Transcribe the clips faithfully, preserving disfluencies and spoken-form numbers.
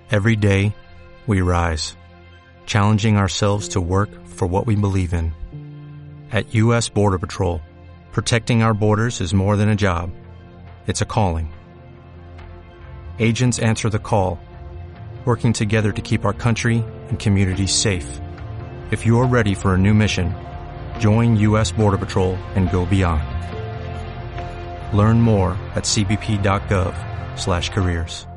Every day, we rise, challenging ourselves to work for what we believe in. At U S Border Patrol, protecting our borders is more than a job. It's a calling. Agents answer the call, working together to keep our country and communities safe. If you're ready for a new mission, join U S Border Patrol and go beyond. Learn more at cbp.gov slash careers.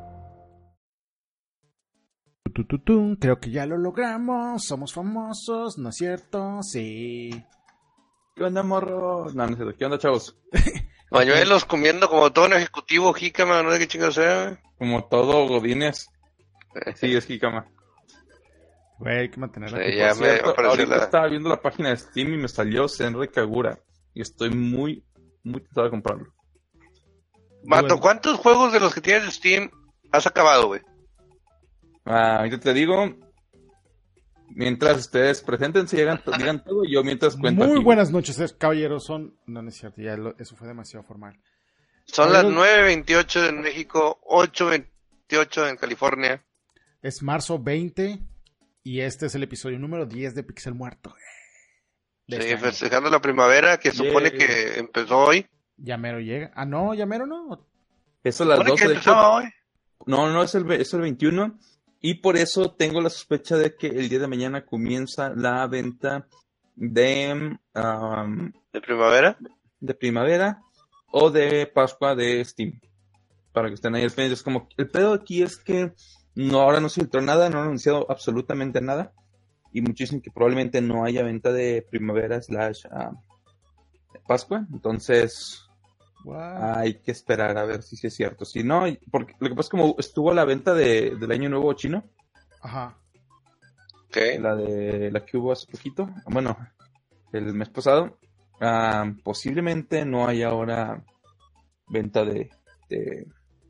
Tu, tu, tu, creo que ya lo logramos, somos famosos, ¿no es cierto? Sí. ¿Qué onda, morro? No, no es cierto. ¿Qué onda, chavos? Bañuelos comiendo como todo un ejecutivo, jícama, no sé qué chingados sea. Como todo Godínez. Sí, es jícama. Güey, hay que mantenerla. Sí, aquí. ya Por me cierto, apareció ahorita la... estaba viendo la página de Steam y me salió Senri Kagura. Y estoy muy, muy tentado de comprarlo. Vato, ¿cuántos juegos de los que tienes de Steam has acabado, güey? Ah, ahorita te digo, mientras ustedes preséntense, llegan, digan todo, y yo mientras cuento Muy aquí. buenas noches, eh, caballeros. Son. No, no es cierto, ya lo- eso fue demasiado formal. Son Caballeros, las nueve veintiocho en México, ocho veintiocho en California. Es marzo veinte y este es el episodio número diez de Pixel Muerto. De Sí, este año. festejando la primavera que Yeah. supone que empezó hoy. Ya mero llega. Ah, no, ya mero no. Eso a las Supone doce, que de hecho. empezaba hoy. No, no, es el, ve- es el veintiuno. Y por eso tengo la sospecha de que el día de mañana comienza la venta de, um, ¿De primavera? de primavera o de Pascua de Steam. Para que estén ahí al pendiente. Es como, el pedo aquí es que no, ahora no se filtró nada, no han anunciado absolutamente nada. Y muchos dicen que probablemente no haya venta de primavera slash ah, Pascua. Entonces What? hay que esperar a ver si sí es cierto. Si no, porque lo que pasa es que como estuvo a la venta de, del Año Nuevo Chino, Ajá. Ok. la de la que hubo hace poquito, bueno, el mes pasado, ah, posiblemente no haya ahora venta de, de,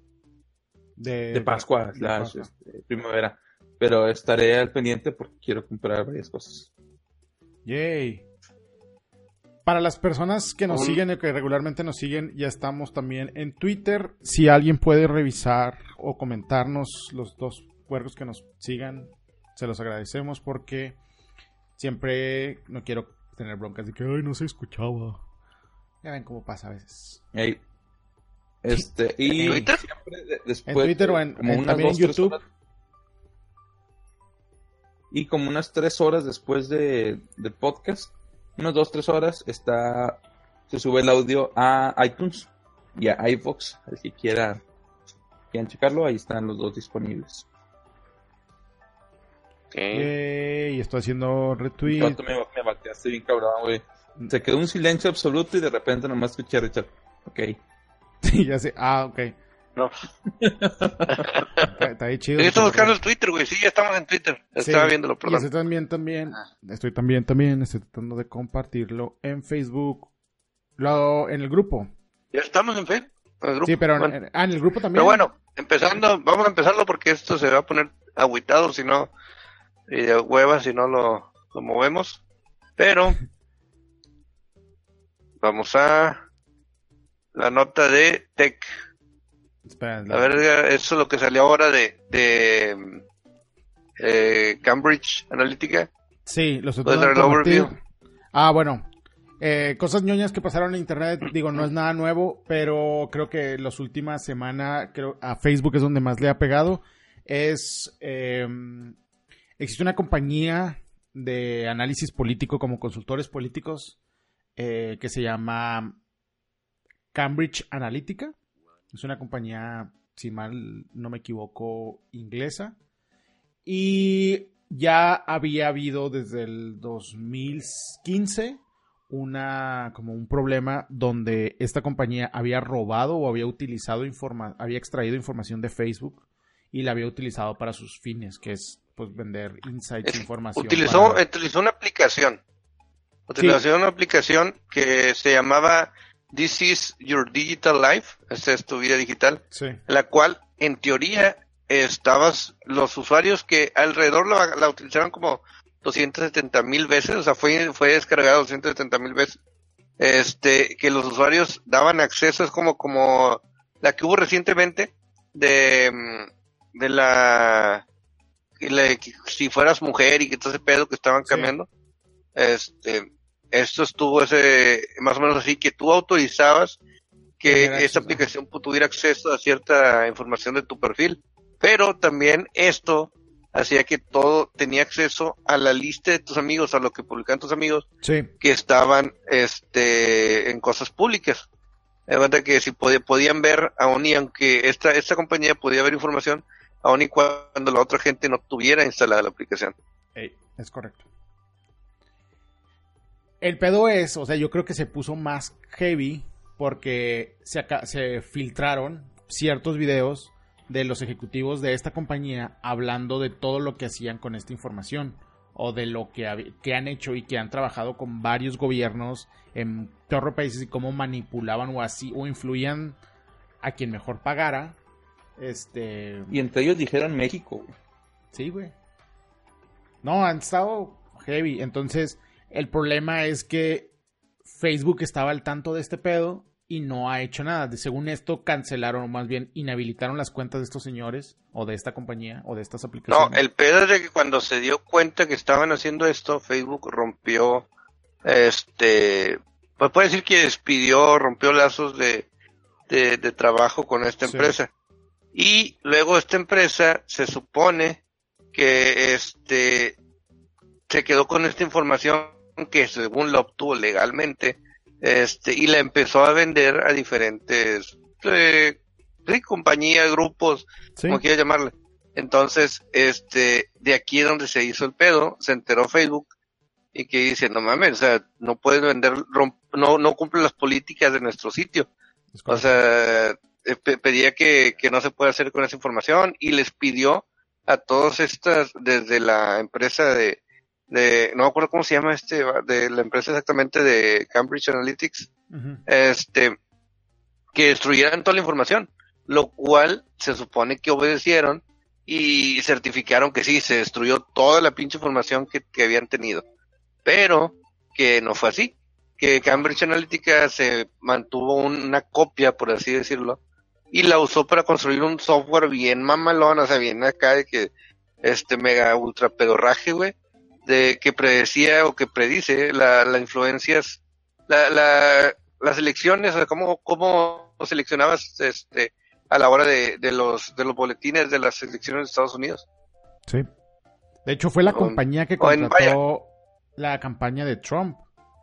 De, de Pascua, de slash, Pascua. este, primavera, pero estaré al pendiente porque quiero comprar varias cosas. Yay. Para las personas que nos Un- siguen y que regularmente nos siguen, ya estamos también en Twitter. Si alguien puede revisar o comentarnos los dos puercos que nos sigan, se los agradecemos porque siempre no quiero tener broncas de que, ay, no se escuchaba. Ya ven cómo pasa a veces. Ey, Este, y ¿En Twitter? siempre de- después, En Twitter o en- como en- unas también en dos, tres YouTube. horas- y como unas tres horas después de, del podcast, unas dos, tres horas, está se sube el audio a iTunes y a iVoox, el que quiera quieran checarlo, ahí están los dos disponibles. Ok. Yay, estoy haciendo retweet. Yo me, me bateaste bien cabrón, güey. Se quedó un silencio absoluto y de repente nomás escuché a Richard. Ok. Sí, ya sé. Ah, ok. No. Está, está ahí chido. Yo estoy buscando el Twitter, güey. Sí, ya estamos en Twitter. Sí, Estaba viéndolo, y perdón. estoy también, también, estoy también, también, estoy tratando de compartirlo en Facebook, lo, en el grupo. Ya estamos en Facebook. En el grupo. Sí, pero en, Bueno. en- ah, en el grupo también. Pero bueno, empezando, vamos a empezarlo porque esto se va a poner agüitado si no, y de hueva si no lo, lo movemos. Pero vamos a la nota de Tech. Espera, A ver, eso es lo que salió ahora de, de eh, Cambridge Analytica. sí, los estoy ¿Puedes dar el tratando de overview? compartir. Ah, bueno, eh, cosas ñoñas que pasaron en internet, digo, no es nada nuevo, pero creo que las últimas semanas, creo, a Facebook es donde más le ha pegado, es, eh, existe una compañía de análisis político como consultores políticos eh, que se llama Cambridge Analytica. Es una compañía, si mal no me equivoco, inglesa. Y ya había habido desde el dos mil quince una, como un problema donde esta compañía había robado o había utilizado informa había extraído información de Facebook y la había utilizado para sus fines, que es pues vender insights, Es- información. Utilizó, para- utilizó una aplicación. Utilizó una aplicación que se llamaba This is Your Digital Life. Esta es tu vida digital. Sí. La cual, en teoría, estabas, los usuarios que alrededor la, la utilizaron como doscientas setenta mil veces, o sea, fue, fue descargado doscientas setenta mil veces, este, que los usuarios daban acceso, es como, como la que hubo recientemente de, mm, de la, que la- que si fueras mujer y que todo ese pedo que estaban Sí. cambiando, este, esto estuvo ese, más o menos así, que tú autorizabas que Tener esta acceso. aplicación pu- tuviera acceso a cierta información de tu perfil, pero también esto hacía que todo tenía acceso a la lista de tus amigos, a lo que publicaban tus amigos, Sí, que estaban este en cosas públicas. De cuenta que si pod- podían ver, aún y aunque esta, esta compañía podía ver información, aún y cuando la otra gente no tuviera instalada la aplicación. ey, es correcto. El pedo es, o sea, yo creo que se puso más heavy porque se, aca- se filtraron ciertos videos de los ejecutivos de esta compañía hablando de todo lo que hacían con esta información o de lo que, hab- que han hecho y que han trabajado con varios gobiernos en torre países y cómo manipulaban o así o influían a quien mejor pagara. Este, Y entre ellos dijeron México, güey. sí, güey. No, han estado heavy. Entonces, el problema es que Facebook estaba al tanto de este pedo y no ha hecho nada. De, según esto, cancelaron o más bien inhabilitaron las cuentas de estos señores o de esta compañía o de estas No, aplicaciones. el pedo es de que cuando se dio cuenta que estaban haciendo esto, Facebook rompió, este, pues puede decir que despidió, rompió lazos de, de, de trabajo con esta Sí. empresa. Y luego esta empresa se supone que este se quedó con esta información que según la obtuvo legalmente, este, y la empezó a vender a diferentes eh, sí, compañías, grupos, Sí. como quieras llamarle. Entonces, este, de aquí es donde se hizo el pedo, se enteró Facebook y que dice, no mames, o sea, no puedes vender, romp- no, no cumple las políticas de nuestro sitio. Es O correcto. sea, eh, pe- pedía que, que no se puede hacer con esa información y les pidió a todas estas, desde la empresa de, de, no me acuerdo cómo se llama este, de la empresa exactamente de Cambridge Analytics, Ujú. este, que destruyeran toda la información, lo cual se supone que obedecieron y certificaron que sí, se destruyó toda la pinche información que, que habían tenido, pero que no fue así, que Cambridge Analytica se mantuvo un- una copia, por así decirlo, y la usó para construir un software bien mamalón, o sea, bien acá de que, este mega ultra pedorraje, güey, de que predecía o que predice la, la influencias, la, la, las elecciones, o sea, cómo, cómo seleccionabas este a la hora de, de los de los boletines de las elecciones de Estados Unidos. Sí. De hecho, fue la O- compañía que o en- contrató la campaña de Trump.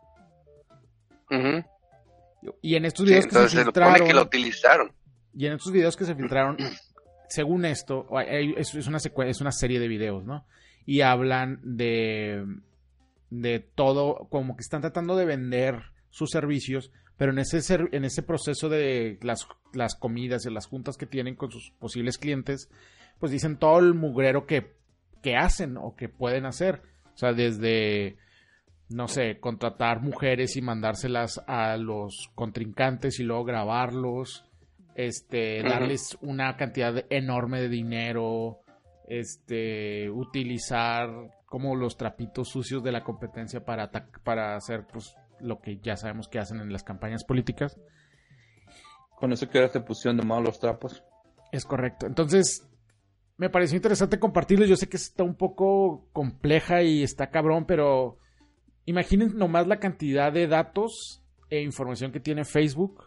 Ujú. Y en estos Sí, videos que se entonces se supone filtraron, que la utilizaron. y en estos videos que se filtraron, según esto, hay- es, es una secue- es una serie de videos, ¿no? Y hablan de, de todo, como que están tratando de vender sus servicios, pero en ese, ser- en ese proceso de las, las comidas y las juntas que tienen con sus posibles clientes, pues dicen todo el mugrero que, que hacen o que pueden hacer. O sea, desde, no sé, contratar mujeres y mandárselas a los contrincantes y luego grabarlos, este, Ujú. darles una cantidad enorme de dinero, este, utilizar como los trapitos sucios de la competencia para, atac- para hacer pues lo que ya sabemos que hacen en las campañas políticas. Con eso que ahora te pusieron de malos trapos. Es correcto. Entonces, me pareció interesante compartirlo. Yo sé que está un poco compleja y está cabrón, pero imaginen nomás la cantidad de datos e información que tiene Facebook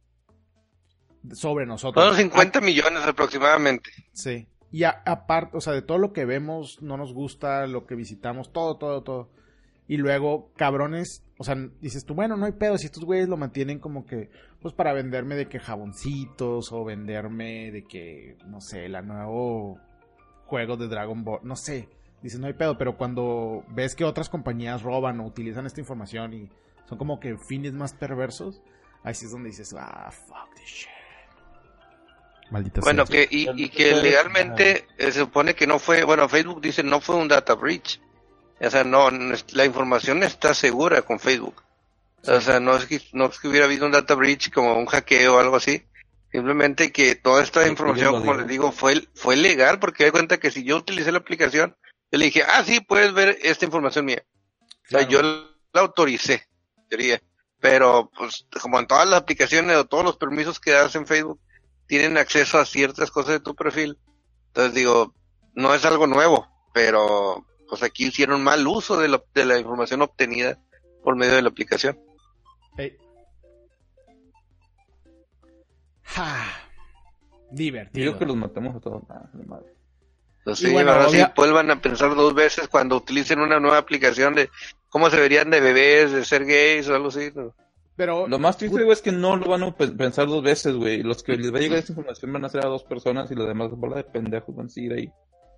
sobre nosotros. Son cincuenta millones aproximadamente. Sí. Y aparte, o sea, de todo lo que vemos, no nos gusta, lo que visitamos, todo, todo, todo. Y luego, cabrones, o sea, dices tú, bueno, no hay pedo, si estos güeyes lo mantienen como que, pues para venderme de que jaboncitos o venderme de que, no sé, la nuevo juego de Dragon Ball, no sé. Dices, no hay pedo, pero cuando ves que otras compañías roban o utilizan esta información y son como que fines más perversos, ahí sí es donde dices, ah, fuck this shit. Maldita Bueno, sea. que y, y que legalmente eh, se supone que no fue, bueno, Facebook dice no fue un data breach. O sea, no, no es- la información está segura con Facebook. O sea, no es que no es que hubiera habido un data breach como un hackeo o algo así. Simplemente que toda esta Sí, información, ellos lo como dijeron. les digo, fue fue legal porque me cuenta que si yo utilicé la aplicación, yo le dije, ah, sí, puedes ver esta información mía. O sea, Claro. yo la autoricé, diría. Pero, pues, como en todas las aplicaciones o todos los permisos que das en Facebook, tienen acceso a ciertas cosas de tu perfil. Entonces digo, no es algo nuevo, pero pues aquí hicieron mal uso de, lo, de la información obtenida por medio de la aplicación. Hey. Ja. Divertido. Digo que los matemos a todos. Ah, de madre. Entonces, Y sí, bueno, ahora obvia- sí vuelvan a pensar dos veces cuando utilicen una nueva aplicación de cómo se verían de bebés, de ser gays o algo así, ¿no? Pero Lo más triste, güey, es que no lo van a pe- pensar dos veces, güey. Los que les va a llegar esa información van a ser a dos personas y los demás bola de pendejos van a seguir ahí.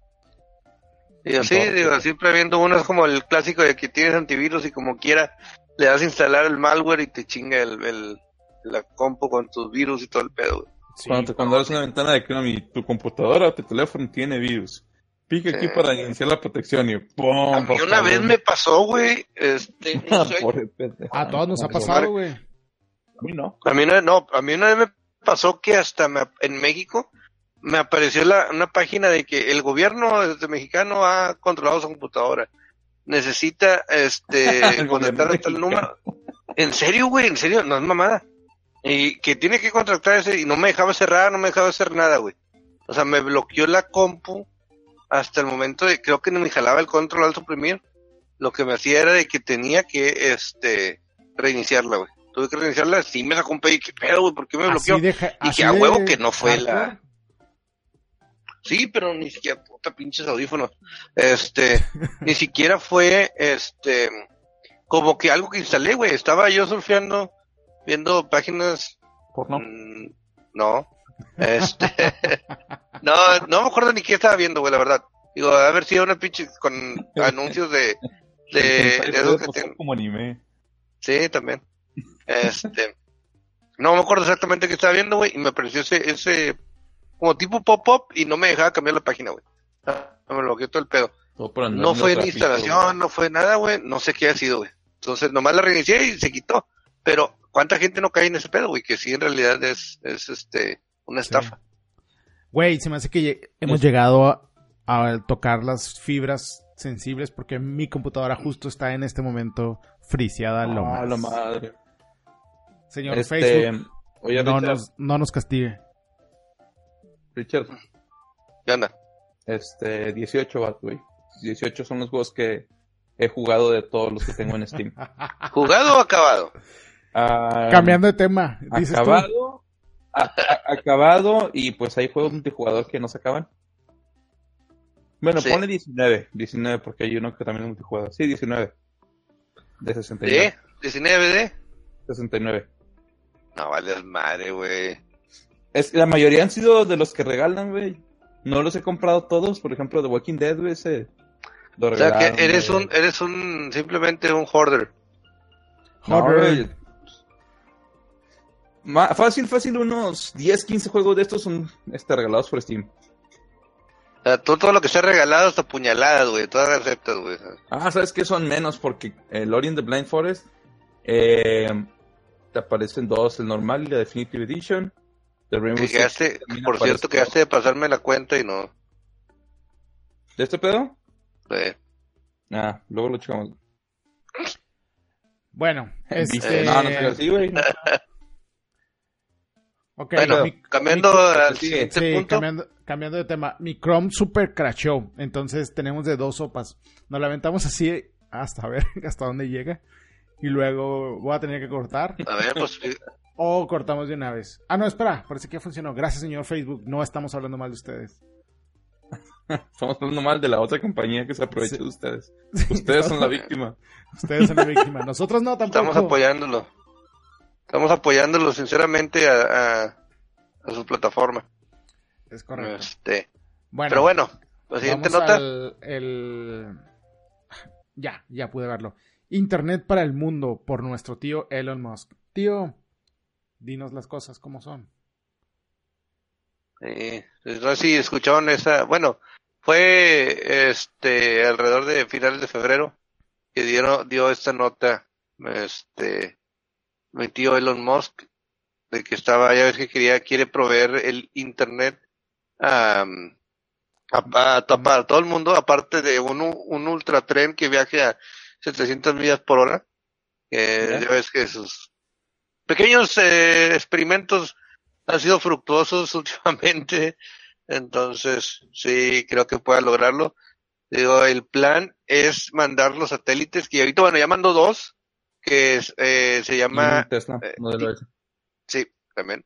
Y así, Entonces, digo, siempre viendo uno es como el clásico de que tienes antivirus y como quiera le das a instalar el malware y te chinga el, el la compu con tus virus y todo el pedo, güey. sí, Cuando, te, cuando abres una ventana de Chrome y tu computadora o tu teléfono tiene virus, pica Sí. aquí para iniciar la protección y ¡pum! A mí una vez me pasó, güey, este, no sé, Por el pendejo. a todos nos ha Por eso. pasado, güey. A mí no. a mí una, no, a mí una vez me pasó que hasta me- en México me apareció la, una página de que el gobierno este, mexicano ha controlado su computadora. Necesita, este, El contactar gobierno hasta el mexicano. número. En serio, güey, en serio, no es mamada. Y que tiene que contactar ese, y no me dejaba cerrar, no me dejaba hacer nada, güey. O sea, me bloqueó la compu hasta el momento de, creo que no me jalaba el control al suprimir. Lo que me hacía era de que tenía que, este, reiniciarla, güey. Tuve que reiniciarla, sí me sacó un pedo y qué pedo, güey, ¿por qué me bloqueó? Así de ja- Y así que a de huevo que no fue hardcore. la... Sí, pero ni siquiera, puta pinches audífonos. Este, ni siquiera fue, este, como que algo que instalé, güey. Estaba yo surfeando, viendo páginas. ¿Por no? mm, no. Este, no, no me acuerdo ni qué estaba viendo, güey, la verdad. Digo, a ver si era una pinche con anuncios de, de, de esos que tienen. Como anime. Sí, también. Este, no me acuerdo exactamente qué estaba viendo, güey, y me apareció ese, ese, como tipo pop-up y no me dejaba cambiar la página, güey. Ah, me bloqueó todo el pedo. Todo por andar No en fue otra ni pista, instalación, güey. no fue nada, güey, no sé qué ha sido, güey. Entonces nomás la reinicié y se quitó. Pero, ¿cuánta gente no cae en ese pedo, güey? Que sí, en realidad es, es este, una estafa. Güey, se me hace que lle- hemos Es- llegado a, a tocar las fibras sensibles porque mi computadora justo está en este momento friseada lo Ah, más. la madre. Señor Este, Facebook, oye, no, Richard, nos, no nos castigue. Richard, ¿Qué onda? este, dieciocho, vato, güey. dieciocho son los juegos que he jugado de todos los que tengo en Steam. ¿Jugado o acabado? Ah, Cambiando de tema, dices tú. acabado, a- a- acabado, y pues hay juegos multijugador que no se acaban. Bueno, Sí. ponle diecinueve, diecinueve, porque hay uno que también es multijugador. Sí, diecinueve. De sesenta y nueve. ¿De? ¿diecinueve de? sesenta y nueve. No vale madre, güey. Es, la mayoría han sido de los que regalan, güey. No los he comprado todos, por ejemplo, The Walking Dead, güey, ese. Lo O sea regalaron, que eres güey. un, eres un, simplemente un hoarder. No, Hoarder. güey. Ma- fácil, fácil, unos diez, quince juegos de estos son este, regalados por Steam. O sea, todo, todo lo que sea regalado hasta puñaladas, güey, todas las receptas, güey. Ah, ¿sabes qué? Son menos porque el Ori and the Blind Forest eh, te aparecen dos, el normal y la Definitive Edition. The Rainbow Que Six quedaste, también por cierto, aparece quedaste de pasarme la cuenta y no. ¿De este pedo? eh, Ah, luego lo checamos. Bueno, este... Eh, no, no sé así, güey. Ok, Bueno, mi- cambiando mi- al sí, siguiente Sí, punto. cambiando, cambiando de tema. Mi Chrome super crashó. Entonces tenemos de dos sopas. Nos la aventamos así hasta ver hasta dónde llega. Y luego voy a tener que cortar. A ver, pues, eh, O cortamos de una vez. Ah, no, espera. Parece que ya funcionó. Gracias, señor Facebook. No estamos hablando mal de ustedes. Estamos hablando mal de la otra compañía que se aprovecha Sí. de ustedes. Ustedes son la víctima. Ustedes son la víctima. Nosotros no, tampoco. estamos apoyándolo. Estamos apoyándolo sinceramente a, a, a su plataforma. Es correcto. Este, Bueno, pero bueno, la siguiente vamos nota. al- el... Ya, ya pude verlo. Internet para el mundo por nuestro tío Elon Musk. Tío, dinos las cosas como son. Eh, no sé si escucharon esa, bueno, fue este alrededor de finales de febrero que dieron, dio esta nota, este, mi tío Elon Musk, de que estaba, ya ves que quería, quiere proveer el internet a, a, a, para todo el mundo, aparte de un, un ultratren que viaje a setecientas millas por hora, eh, Ya. ya ves que sus pequeños eh, experimentos han sido fructuosos últimamente, Entonces, sí, creo que pueda lograrlo. Digo, el plan es mandar los satélites, que ahorita, bueno, ya mando dos, que es, eh, se Y llama, un Tesla, eh, modelo S. sí, también.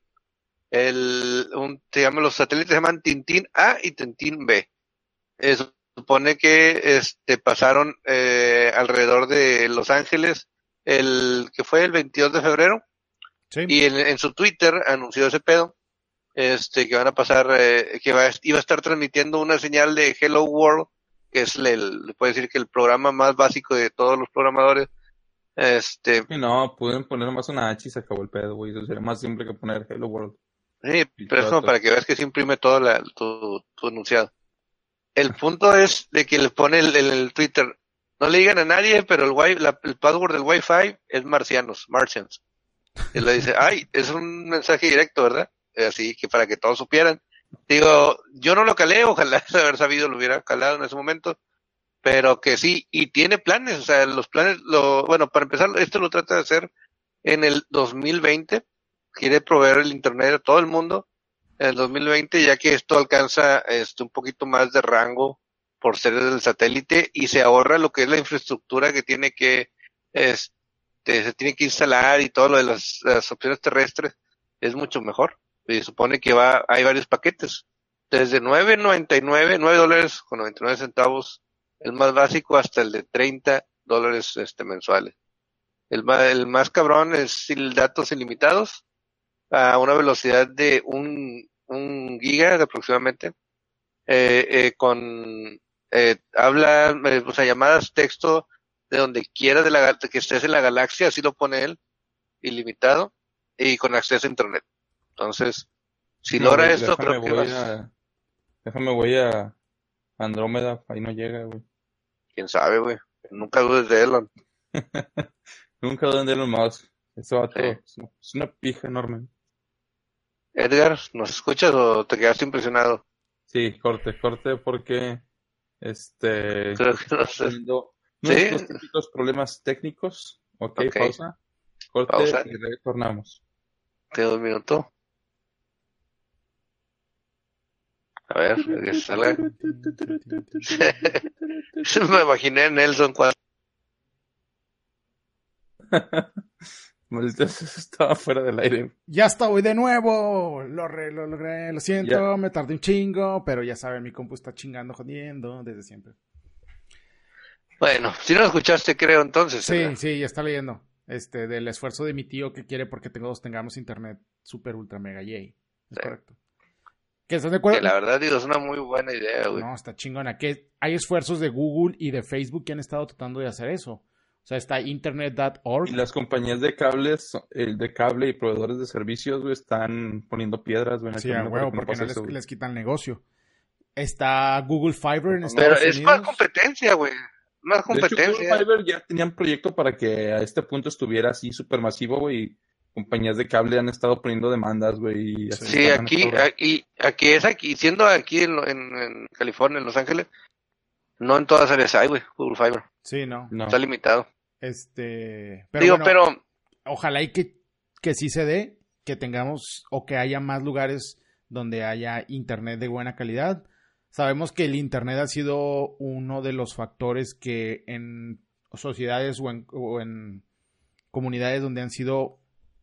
El, un, se llama, los satélites se llaman Tintín A y Tintín B. Eh, se supone que este, pasaron eh, alrededor de Los Ángeles, el que fue el veintidós de febrero, Sí. y en, en su Twitter anunció ese pedo, este, que van a pasar, eh, que va, iba a estar transmitiendo una señal de Hello World, que es el, el, puede decir que el programa más básico de todos los programadores. Este, Y no, pueden poner más una H y se acabó el pedo, güey. Eso sería más simple que poner Hello World. sí, Y pero es todo, como para que veas que se imprime todo la, tu, tu enunciado. El punto es de que le pone el, el, el Twitter, no le digan a nadie, pero el, wi la, el password del Wi-Fi es marcianos, Martians. Y le dice, ay, es un mensaje directo, ¿verdad? Así que para que todos supieran. Digo, yo no lo calé, ojalá haber sabido lo hubiera calado en ese momento, pero que sí, y tiene planes, o sea, los planes, lo, bueno, para empezar, esto lo trata de hacer en el dos mil veinte, quiere proveer el internet a todo el mundo en el dos mil veinte, ya que esto alcanza este un poquito más de rango por ser del satélite y se ahorra lo que es la infraestructura que tiene que, este, se tiene que instalar y todo lo de las, las opciones terrestres es mucho mejor. Y supone que va, hay varios paquetes, desde nueve noventa y nueve, nueve dólares con noventa y nueve centavos, el más básico, hasta el de treinta dólares este, mensuales. El más, el más cabrón es datos ilimitados a una velocidad de un, un giga de aproximadamente, eh, eh, con eh, habla, eh, o sea, llamadas, texto de donde quiera de la, que estés en la galaxia, así lo pone él, ilimitado, y con acceso a internet. Entonces, si No, logra güey, esto, déjame creo que voy vas, a, déjame voy a Andrómeda, ahí no llega, güey. quién sabe, güey, nunca dudes de Elon. Nunca dónde Elon Musk. Ese vato Sí. es una- es una pija enorme. Edgar, ¿nos escuchas o te quedaste impresionado? Sí, corte, corte, porque este Creo que no sé. teniendo Sí, nuestros típicos problemas técnicos. Ok, ok, pausa. Corte pausa, y retornamos. queda un minuto. A ver, que salga. Me imaginé a Nelson cuando... Maldita sea, estaba fuera del aire. Ya estoy de nuevo. Lo, re, lo logré. Lo siento, Ya. me tardé un chingo. Pero ya saben, mi compu está chingando, jodiendo desde siempre. Bueno, si no lo escuchaste, creo entonces. Sí, ¿verdad? sí, ya está leyendo. Este, del esfuerzo de mi tío que quiere porque todos tengamos internet super ultra mega yay. Es Sí. correcto. ¿Que estás de acuerdo? Que la verdad, digo, es una muy buena idea, güey. No, está chingona. Que hay esfuerzos de Google y de Facebook que han estado tratando de hacer eso. O sea, está internet punto org. Y las compañías de cables, el de cable y proveedores de servicios, güey, están poniendo piedras, güey, en el Sí, a camino para huevo, que no porque pase no les, eso, güey. les quitan el negocio. Está Google Fiber en Pero Estados es Unidos. más competencia, güey. Más De hecho, Google competencia. Fiber ya tenían proyecto para que a este punto estuviera así súper masivo, güey. Y compañías de cable han estado poniendo demandas, güey. y así Sí, están aquí, cabrón. aquí, aquí es aquí, siendo aquí en, en, en California, en Los Ángeles, no en todas áreas hay, güey, Google Fiber. Sí, no. No. Está limitado. Este, pero Digo, bueno, pero ojalá y que, que sí se dé, que tengamos o que haya más lugares donde haya internet de buena calidad. Sabemos que el internet ha sido uno de los factores que en sociedades o en, o en comunidades donde han sido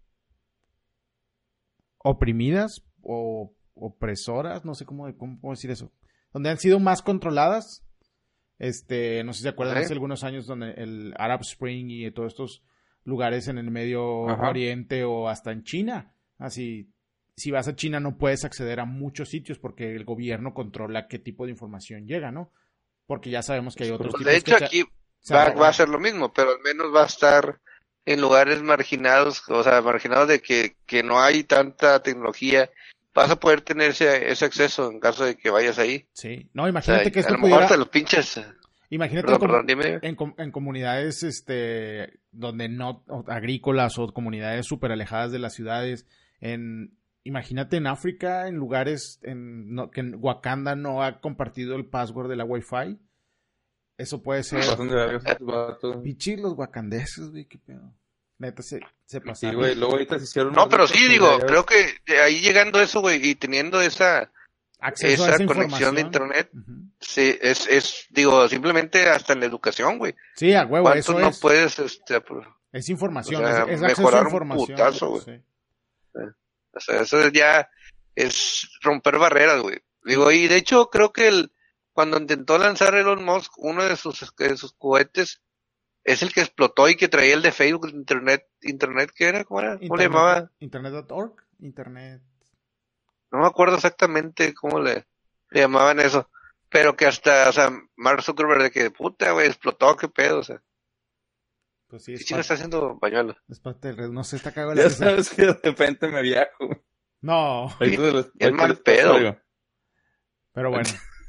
oprimidas o opresoras, no sé cómo, cómo, cómo decir eso, donde han sido más controladas. Este, no sé si se acuerdan, Ok. hace algunos años donde el Arab Spring y todos estos lugares en el Medio Ajá. Oriente o hasta en China. Así, si vas a China no puedes acceder a muchos sitios porque el gobierno controla qué tipo de información llega, ¿no? Porque ya sabemos que hay otros pues, tipos de hecho que aquí se va, roban. va a ser lo mismo, pero al menos va a estar en lugares marginados, o sea, marginados de que, que no hay tanta tecnología. Vas a poder tener ese, ese acceso en caso de que vayas ahí. Sí, no, O sea, imagínate que a esto lo mejor pudiera... hasta los pinches. Imagínate Perdón, como- perdón, dime. en, com- en comunidades este donde no o agrícolas o comunidades súper alejadas de las ciudades, en imagínate en África, en lugares en no, que en Wakanda no ha compartido el password de la Wi-Fi. Eso puede ser Pasan de verga esos vatos. pichis los wakandeses, güey, qué pedo. Neta se se Sí, pasaron. güey, luego ahorita se hicieron No, unos pero ricos sí, con digo, ya creo ves. que de ahí llegando eso, güey, y teniendo esa Acceso a esa esa conexión de información. internet, Ujú. sí, es, es, digo, simplemente hasta en la educación, güey. Sí, a huevo, ¿Cuánto eso no es. puedes, este, pues, Es o información, sea, es, es acceso a mejorar un información. putazo, güey? Sí. O sea, eso ya es romper barreras, güey. Digo, y de hecho creo que el, cuando intentó lanzar Elon Musk, uno de sus, de sus cohetes es el que explotó y que traía el de Facebook, Internet, Internet, ¿qué era? ¿Cómo era? ¿Cómo le llamaba? Internet punto org, Internet. No me acuerdo exactamente cómo le, le llamaban eso. Pero que hasta, o sea, Mark Zuckerberg de que puta, güey, explotó, qué pedo, o sea. Pues sí, es, Sí, sí, le está parte, haciendo pañuelo. es parte del red. No sé, está cagado la Ya risa. sabes que de repente me viajo. No, Ahorita les- Bien ahorita mal les paso pedo. algo. pero bueno.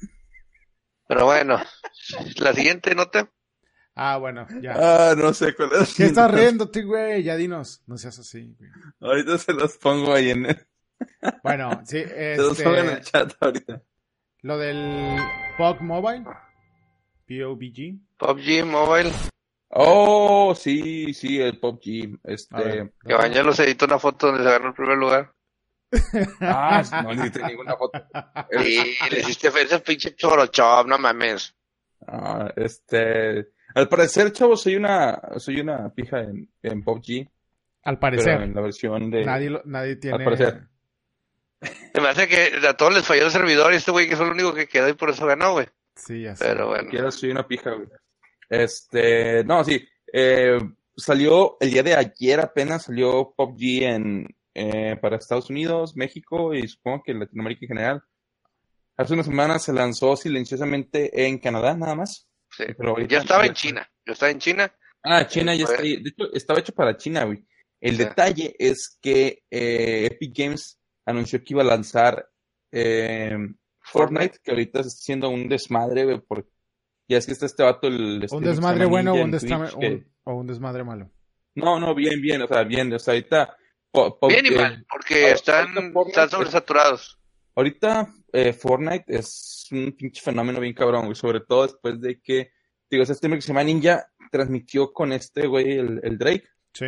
Pero bueno, la siguiente nota. Ah, bueno, ya. Ah, no sé cuál es. ¿Qué estás riéndote, güey? Ya dinos. No seas así, güey. Ahorita se los pongo ahí en el... Bueno, sí, Se los pongo en el este, chat ahorita. lo del P U B G Mobile, P U B G. P U B G Mobile, Oh, sí, sí, el P U B G. A Este... ver, que Bañuelos editó una foto donde se agarró el primer lugar. Ah, no necesité ninguna foto. El- Y le hiciste ese pinche chorochop, no mames. Ah, este... Al parecer, chavos, soy una, soy una pija en, en P U B G, Al pero parecer, en la versión de... nadie, lo- nadie tiene... parecer. Se me hace que a todos les falló el servidor y este güey que es el único que quedó y por eso ganó, güey. Sí, ya sé. Pero bueno. Siquiera soy una pija, güey. Este, no, sí, eh, salió el día de ayer apenas salió P U B G en, eh, para Estados Unidos, México y supongo que Latinoamérica en general. Hace unas semanas se lanzó silenciosamente en Canadá, nada más. Sí. Pero ahorita- Ya estaba en China. Yo estaba en China. Ah, China ya Fue- está ahí. De hecho, estaba hecho para China, güey. El Sí. detalle es que eh, Epic Games anunció que iba a lanzar eh, Fortnite, que ahorita está haciendo un desmadre, güey, porque ya es que está este vato, el ¿Un streamer que se desmadre llama bueno o Ninja un, en destra- Twitch, que- un- o un desmadre malo? No, no, bien, bien, o sea, bien, o sea, ahorita... po- po- Bien y eh, mal, porque ahora- están, ahorita Fortnite están es- sobresaturados. Ahorita eh, Fortnite es un pinche fenómeno bien cabrón, güey, sobre todo después de que, digo, ese streamer que se llama Ninja transmitió con este güey, el, el Drake, Sí.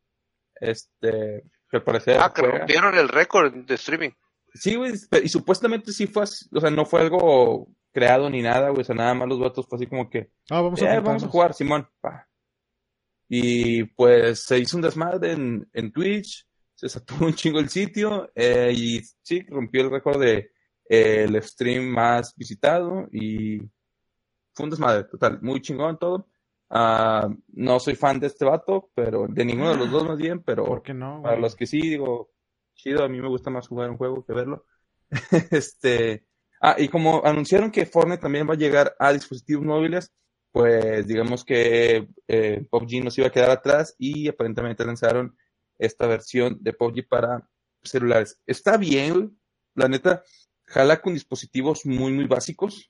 este, que al parecer Ah, que juega. rompieron el récord de streaming. Sí, güey, y supuestamente sí fue así, o sea, no fue algo creado ni nada, güey, o sea, nada más los vatos fue así como que, Ah, vamos a eh, vamos a apuntarnos. jugar, Simón, pa. Y pues se hizo un desmadre en, en Twitch, se saturó un chingo el sitio, eh, y sí, rompió el récord de eh, el stream más visitado y fue un desmadre, total, muy chingón todo. Ah, no soy fan de este vato, pero de ninguno de los dos más bien, pero ¿Por qué no, para güey? los que sí, digo, chido, a mí me gusta más jugar un juego que verlo. Este, ah, y como anunciaron que Fortnite también va a llegar a dispositivos móviles, pues digamos que eh, P U B G no se iba a quedar atrás y aparentemente lanzaron esta versión de P U B G para celulares. Está bien, güey. La neta, jala con dispositivos muy, muy básicos.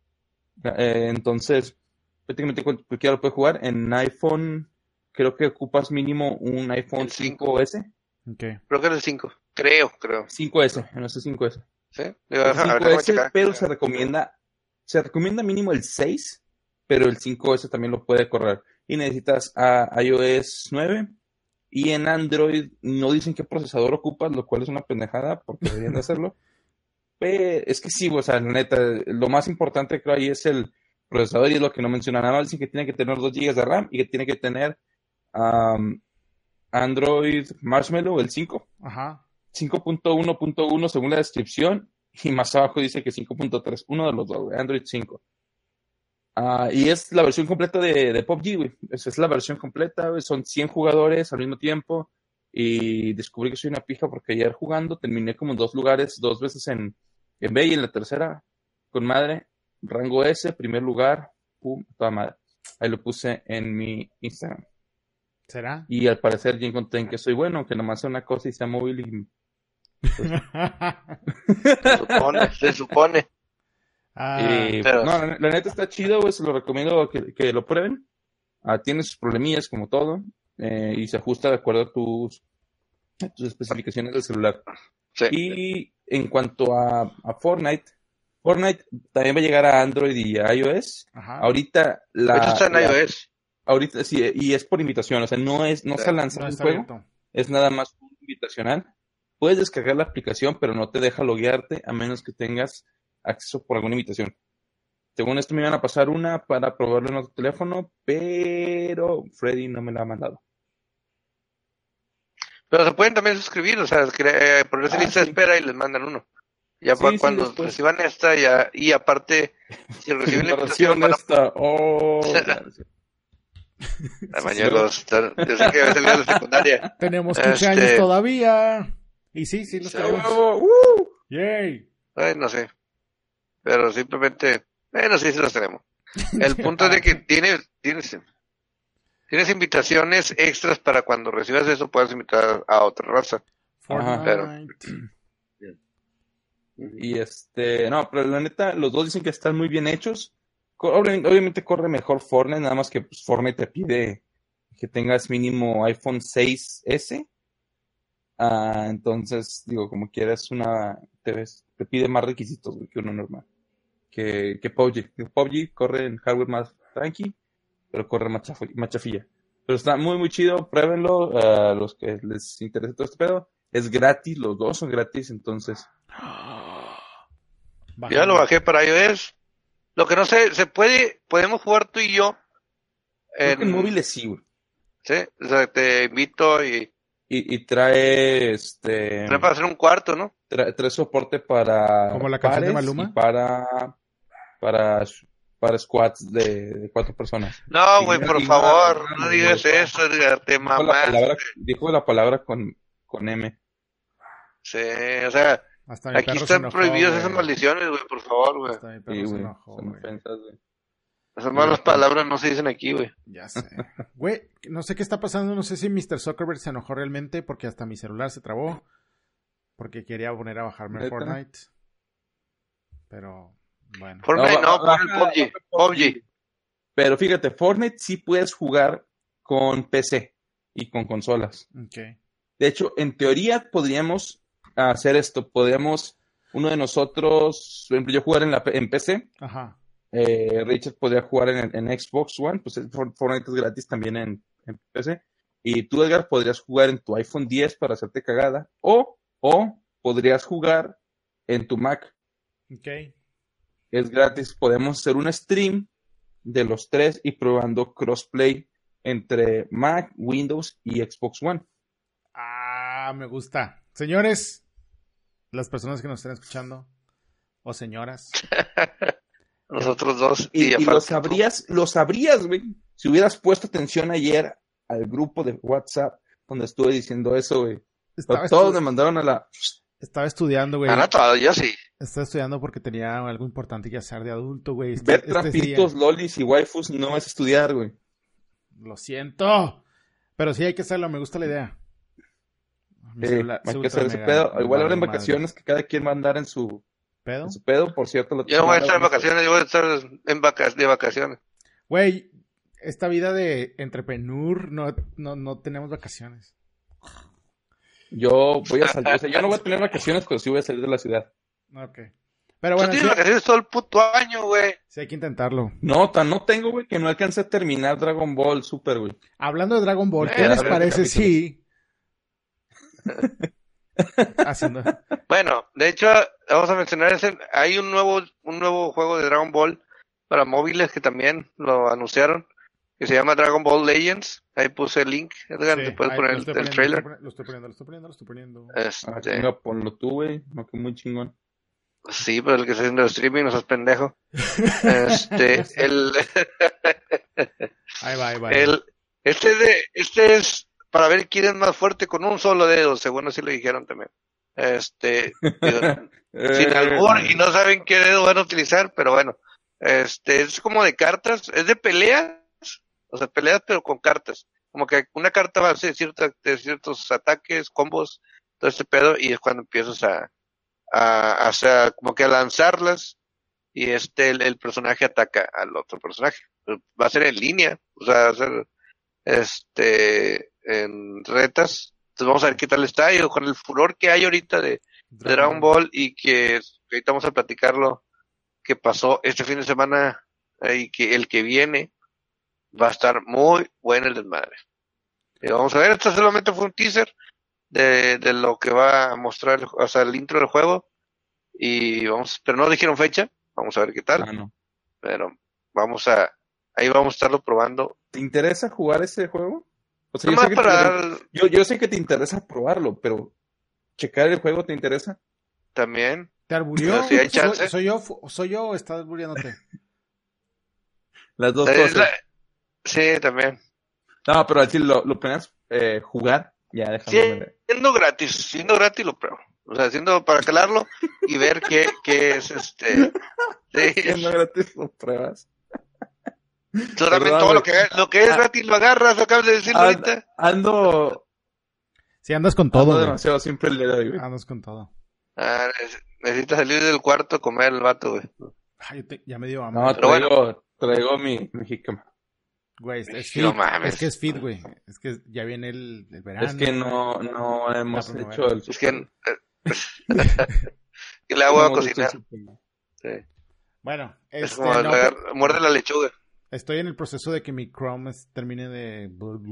Eh, entonces, prácticamente cual- cualquiera lo puede jugar. En iPhone, creo que ocupas mínimo un iPhone El cinco. cinco ese. Ok. Creo que era el cinco. Creo, creo. cinco ese, en ese cinco ese. ¿Sí? Digo, El a ver, déjame cinco ese, checar. pero se recomienda, se recomienda mínimo el seis, pero el cinco ese también lo puede correr. Y necesitas a iOS nueve. Y en Android no dicen qué procesador ocupas, lo cual es una pendejada, porque deberían de hacerlo. Pero es que sí, o sea, la neta, lo más importante creo ahí es el procesador y es lo que no mencionan. Nada más dicen que tiene que tener dos gigas de RAM y que tiene que tener um, Android Marshmallow, el cinco. Ajá. cinco punto uno punto uno según la descripción, y más abajo dice que cinco punto tres, uno de los dos, güey, Android cinco. Ah, y es la versión completa de, de P U B G, güey. Esa es la versión completa, güey. Son cien jugadores al mismo tiempo. Y descubrí que soy una pija porque ayer jugando terminé como en dos lugares, dos veces en, en B y en la tercera, con madre. Rango S, primer lugar, pum, toda madre. Ahí lo puse en mi Instagram. ¿Será? Y al parecer ya encontré en que soy bueno, que nomás sea una cosa y sea móvil y Se supone, se supone. Ah, Y, pero- no, la, la neta está chido, güey, se lo recomiendo que, que lo prueben. Ah, tiene sus problemillas como todo, eh, y se ajusta de acuerdo a tus, a tus especificaciones del celular. Sí. Y en cuanto a, a Fortnite, Fortnite también va a llegar a Android y a iOS. ajá. Ahorita la, De hecho está en la- iOS. ahorita sí, y es por invitación, o sea, no es, no Sí, se lanza No el está juego, abierto. es nada más un invitacional. puedes descargar la aplicación, pero no te deja loguearte a menos que tengas acceso por alguna invitación. Según esto me iban a pasar una para probarlo en otro teléfono, pero Freddy no me la ha mandado. Pero se pueden también suscribir, o sea, cre- eh, ponerse Ah, lista de sí. espera y les mandan uno. Ya Sí, para sí, cuando después. reciban esta, ya, y aparte, si reciben la La invitación, versión van a... esta. Oh, ya, sí. Ay, Sí, Mañuelos, tar- yo sé que había salido de secundaria. Tenemos quince años Este, todavía. Y sí, sí, los Sí. tenemos. ¡Bravo! ¡Uh! Yay. ay, no sé. Pero simplemente, bueno, sí, sí los tenemos. El punto es de que tienes, tienes, tienes invitaciones extras para cuando recibas eso, puedas invitar a otra raza. Ajá. Fortnite. Y este, no, pero la neta, los dos dicen que están muy bien hechos. Co- obvi- Obviamente corre mejor Fortnite, nada más que pues, Fortnite te pide que tengas mínimo iPhone seis ese. Ah, entonces, digo, como quieras una, te ves, te pide más requisitos, güey, que uno normal. Que, que P U B G. Que P U B G corre en hardware más tranqui, pero corre más, chaf- más chafilla. Pero está muy, muy chido, pruébenlo, a los que les interese todo este pedo. Es gratis, los dos son gratis, entonces. Ya lo bajé para iOS. Lo que no sé, se puede, podemos jugar tú y yo. Creo que en En, móviles sí, güey. sí, o sea, te invito y Y, y trae este trae para hacer un cuarto, ¿no? trae, trae soporte para Como la canción de pares Maluma. y para para para squads de, de cuatro personas. No, Y güey, una- por y una- favor, una- no digas eso, Edgar, te dijo la mamás. palabra, dijo la palabra con, con M. Sí, o sea, Hasta mi aquí perro se están enojó, prohibidas güey. esas maldiciones, güey, por favor, güey. Hasta mi perro Sí, se güey. enojó, Son güey. ofensas, güey. Esas malas palabras no se dicen aquí, güey. Ya sé. Güey, no sé qué está pasando. No sé si mister Zuckerberg se enojó realmente porque hasta mi celular se trabó. Porque quería poner a bajarme ¿Neta? Fortnite. Pero, bueno. Fortnite no, No, pon el baja- P U B G. baja P U B G. Pero fíjate, Fortnite sí puedes jugar con P C y con consolas. Ok. De hecho, en teoría podríamos hacer esto. Podríamos, uno de nosotros, por ejemplo, yo jugar en, la, P- en P C, Ajá. eh, Richard podría jugar en, en Xbox One, pues el For- Fortnite es gratis también en, en P C. Y tú, Edgar, podrías jugar en tu iPhone diez para hacerte cagada. O, o podrías jugar en tu Mac. Ok. Es gratis. Podemos hacer un stream de los tres y probando crossplay entre Mac, Windows y Xbox One. Ah, me gusta. Señores, las personas que nos estén escuchando, o señoras, Nosotros dos. Y, Y, ya y lo falta tú. sabrías, lo sabrías, güey. Si hubieras puesto atención ayer al grupo de WhatsApp donde estuve diciendo eso, güey. estaba, Todos estu- me mandaron a la... estaba estudiando, güey. Ah, no, todo, yo sí. Estaba estudiando porque tenía algo importante que hacer de adulto, güey. Este, Ver este trampitos, día. lolis y waifus no es estudiar, güey. Lo siento. Pero sí hay que hacerlo, me gusta la idea. Mi Eh, celular hay se que hacer ultra ese mega pedo. Igual ahora en vale vacaciones que cada quien va a andar en su, ¿Pedo? en su pedo. Por cierto, lo Yo no voy a estar en vacaciones, yo voy a estar en vaca de vacaciones. Güey, esta vida de entrepreneur no, no, no tenemos vacaciones. Yo voy a salir, o sea, yo no voy a tener vacaciones, pero sí voy a salir de la ciudad. Ok. Pero Tú bueno, tienes sí, vacaciones todo el puto año, güey. sí hay que intentarlo. No, tan no tengo, güey, que no alcancé a terminar Dragon Ball Super, güey. Hablando de Dragon Ball, Eh, ¿qué a les ver, parece capítulos. si... Haciendo... Bueno, de hecho, vamos a mencionar ese, hay un nuevo, un nuevo juego de Dragon Ball para móviles que también lo anunciaron, que se llama Dragon Ball Legends. Ahí puse el link, Edgar, Sí, te puedes ahí, poner lo el, estoy el poniendo, trailer. Lo estoy poniendo, lo estoy poniendo, lo estoy poniendo. Ah, Este, chinga, ponlo tú, güey. No, que muy chingón. sí, pero el que está haciendo el streaming no seas pendejo. Este, el, Ahí va, ahí va. el, este de, este es para ver quién es más fuerte con un solo dedo, según así lo dijeron también. Este, digo, sin albur y no saben qué dedo van a utilizar, pero bueno, este es como de cartas, es de peleas, o sea, peleas pero con cartas, como que una carta va a hacer cierta, de ciertos ataques, combos, todo este pedo, y es cuando empiezas a, a, a, sea, como que a lanzarlas, y este, el, el personaje ataca al otro personaje, va a ser en línea, o sea, va a ser, este, en retas. Entonces vamos a ver qué tal está y con el furor que hay ahorita de, de Dragon Ball y que ahorita vamos a platicarlo que pasó este fin de semana eh, y que el que viene va a estar muy bueno el desmadre. Y vamos a ver, esto solamente fue un teaser de, de lo que va a mostrar, el- o sea, el intro del juego. Y vamos, pero no dijeron fecha. Vamos a ver qué tal. Ah, no. Pero vamos a, ahí vamos a estarlo probando. ¿Te interesa jugar ese juego? O sea, yo sé, Nomás que para te, dar yo, yo sé que te interesa probarlo, pero ¿checar el juego te interesa? también. ¿Te arburió? Pero si hay ¿Soy, chance. soy yo fu- soy yo o estás arburiándote? Las dos Es cosas. la- sí, también. No, pero al chile lo, lo planeas eh, jugar, ya déjame. Siendo gratis, siendo gratis lo pruebo. O sea, siendo para calarlo y ver qué, qué es este. Sí, Siendo gratis lo pruebas. tú también Perdón, todo lo güey. que, lo que es Ah. gratis lo agarras, acabas de decirlo Ando, ahorita. ando, Sí, andas con ando todo, güey. demasiado siempre le doy, güey. Andas con todo. Ah, neces- necesitas salir del cuarto a comer el vato, güey. Ay, yo te- ya me dio hambre. No, Pero traigo, traigo mi, mi jícama. Güey, es, es No fit. mames. Es que es fit, güey. Es que ya viene el, el verano. Es que no, no hemos La primavera. hecho el Es que, super- eh, que le hago no a hemos hecho el cocinar. super- Sí. Bueno, Es este, como no, la- pero- muerde la lechuga. estoy en el proceso de que mi Chrome es- termine de...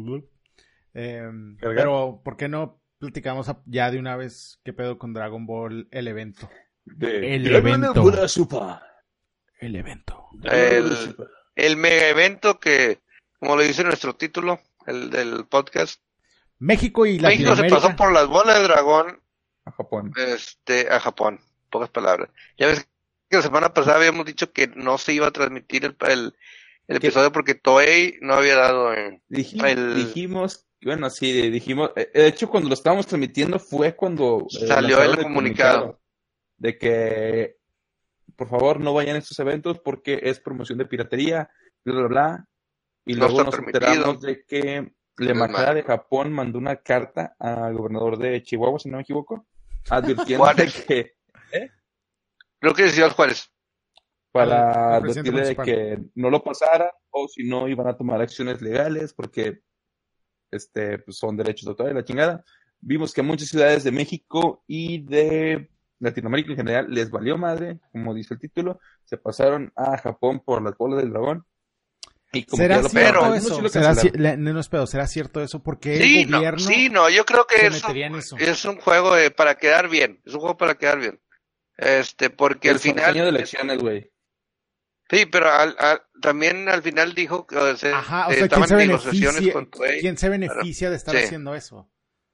Eh, ¿Cargar? pero, ¿por qué no platicamos a- ya de una vez qué pedo con Dragon Ball, el evento? de- El de- evento. de- de- super. El evento. El- El mega evento que, como le dice nuestro título, el del podcast, México y México se Latinoamérica. pasó por las bolas de dragón A Japón. este, a Japón, pocas palabras. Ya ves que la semana pasada habíamos dicho que no se iba a transmitir el, el, el ¿Qué? episodio porque Toei no había dado eh, Dijimos, el- dijimos, bueno, sí, dijimos, eh, de hecho cuando lo estábamos transmitiendo fue cuando eh, Salió lanzaron el comunicado. de que por favor no vayan a estos eventos porque es promoción de piratería, bla, bla, bla. Y No luego está nos permitido. enteramos de que la embajada de Japón mandó una carta al gobernador de Chihuahua, si no me equivoco, advirtiendo de Juárez. que Creo que decía Juárez. para Al presidente advertirle de municipal. que no lo pasara o si no iban a tomar acciones legales porque este pues, son derechos de autor y la chingada. Vimos que a muchas ciudades de México y de Latinoamérica en general les valió madre, como dice el título, se pasaron a Japón por las bolas del dragón. Y como que ¿Será ya lo cierto pagaron. eso? Algunos sí lo ¿Será, ci- cancelaron. la- no, no es pedo, ¿será cierto eso? Porque Sí, el no, gobierno sí, no, yo creo que se es metería un, en eso. es un juego de- para quedar bien, es un juego para quedar bien. Este, porque al Es un final, año de elecciones, güey. sí, pero al, al- también al final dijo que o sea, Ajá, o eh, sea, ¿quién estaban se en negociaciones beneficia, con Toei. ¿quién se beneficia de estar Sí. haciendo eso?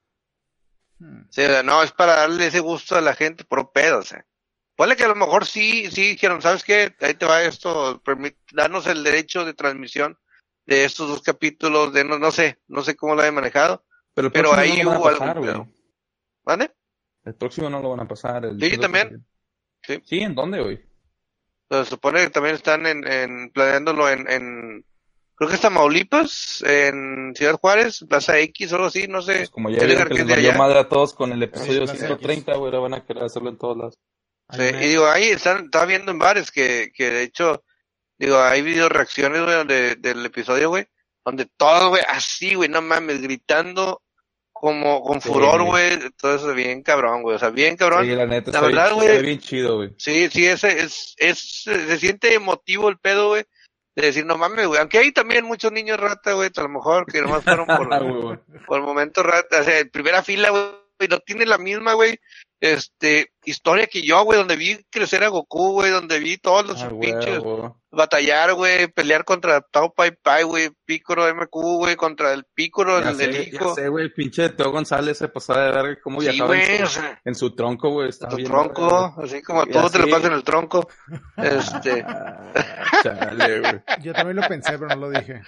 Hmm. Sí, o sea, no, es para darle ese gusto a la gente, por pedo, o sea. Ponle que a lo mejor sí, sí dijeron, ¿sabes qué? Ahí te va esto, permit- danos el derecho de transmisión de estos dos capítulos, de no, no sé, no sé cómo lo hayan manejado, Pero el pero próximo ahí no lo van hubo a pasar, algún güey. pedo. ¿Vale? El próximo no lo van a pasar. El Sí, también. Sí. Sí, ¿en dónde, güey? Se supone que también están en, en planeándolo en, en, creo que es Tamaulipas, en Ciudad Juárez, Plaza X o algo así, no sé. Pues como ya Edgar, vieron que que les es de valió allá. madre a todos con el episodio Plaza ciento treinta, güey, ahora van a querer hacerlo en todos lados. Sí, Hay una- y digo, ahí están, estaba viendo en bares que, que de hecho, digo, hay video reacciones, güey, donde, del episodio, güey, donde todo, güey, así, güey, no mames, gritando como con Sí, furor, güey. güey, todo eso bien cabrón, güey, o sea, bien cabrón. Sí, la neta, La está, verdad, bien, güey. está bien chido, güey. Sí, sí, ese es, es, se siente emotivo el pedo, güey, de decir, no mames, güey, aunque hay también muchos niños rata, güey, a lo mejor que nomás fueron por, Ah, güey, güey. por el momento rata, o sea, en primera fila, güey, no tiene la misma, güey, este, historia que yo, güey, donde vi crecer a Goku, güey, donde vi todos los Ah, güey, pinches güey. batallar, güey, pelear contra Tao Pai Pai, güey, Piccolo M Q, güey, contra el Piccolo, Ya el del sé, ya hijo. sé, güey, el pinche Teo González se pasaba de verga cómo Sí, viajaba en, güey, o su, sea, en su tronco, güey. Estaba tu bien tronco, verga, así como Y todo te lo así- pasa en el tronco. Este, güey. Ah, chale, güey. Yo también lo pensé, pero no lo dije.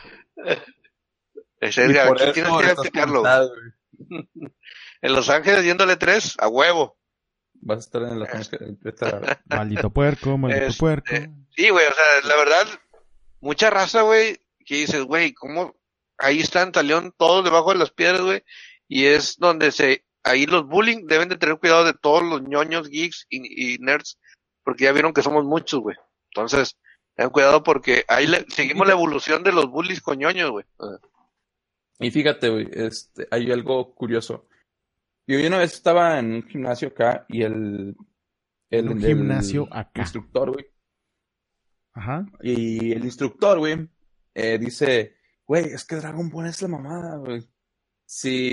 es Y Edgar, por aquí eso tienes que estás explicarlo. cansado, güey. En Los Ángeles yéndole tres, a huevo. Vas a estar en la esta- Maldito puerco, maldito Este, puerco. Sí, güey, o sea, la verdad, mucha raza, güey, que dices, güey, ¿cómo? Ahí están, salieron todos debajo de las piedras, güey, y es donde se, ahí los bullying deben de tener cuidado de todos los ñoños, geeks y, y nerds, porque ya vieron que somos muchos, güey. Entonces, tengan cuidado porque ahí le, seguimos la evolución de los bullies con ñoños, güey. O sea, Y fíjate, güey, este, hay algo curioso. Yo una vez estaba en un gimnasio acá y el... el En un el gimnasio acá. instructor, güey. Ajá. Y el instructor, güey, eh, dice, güey, es que Dragon Ball es la mamada, güey. Si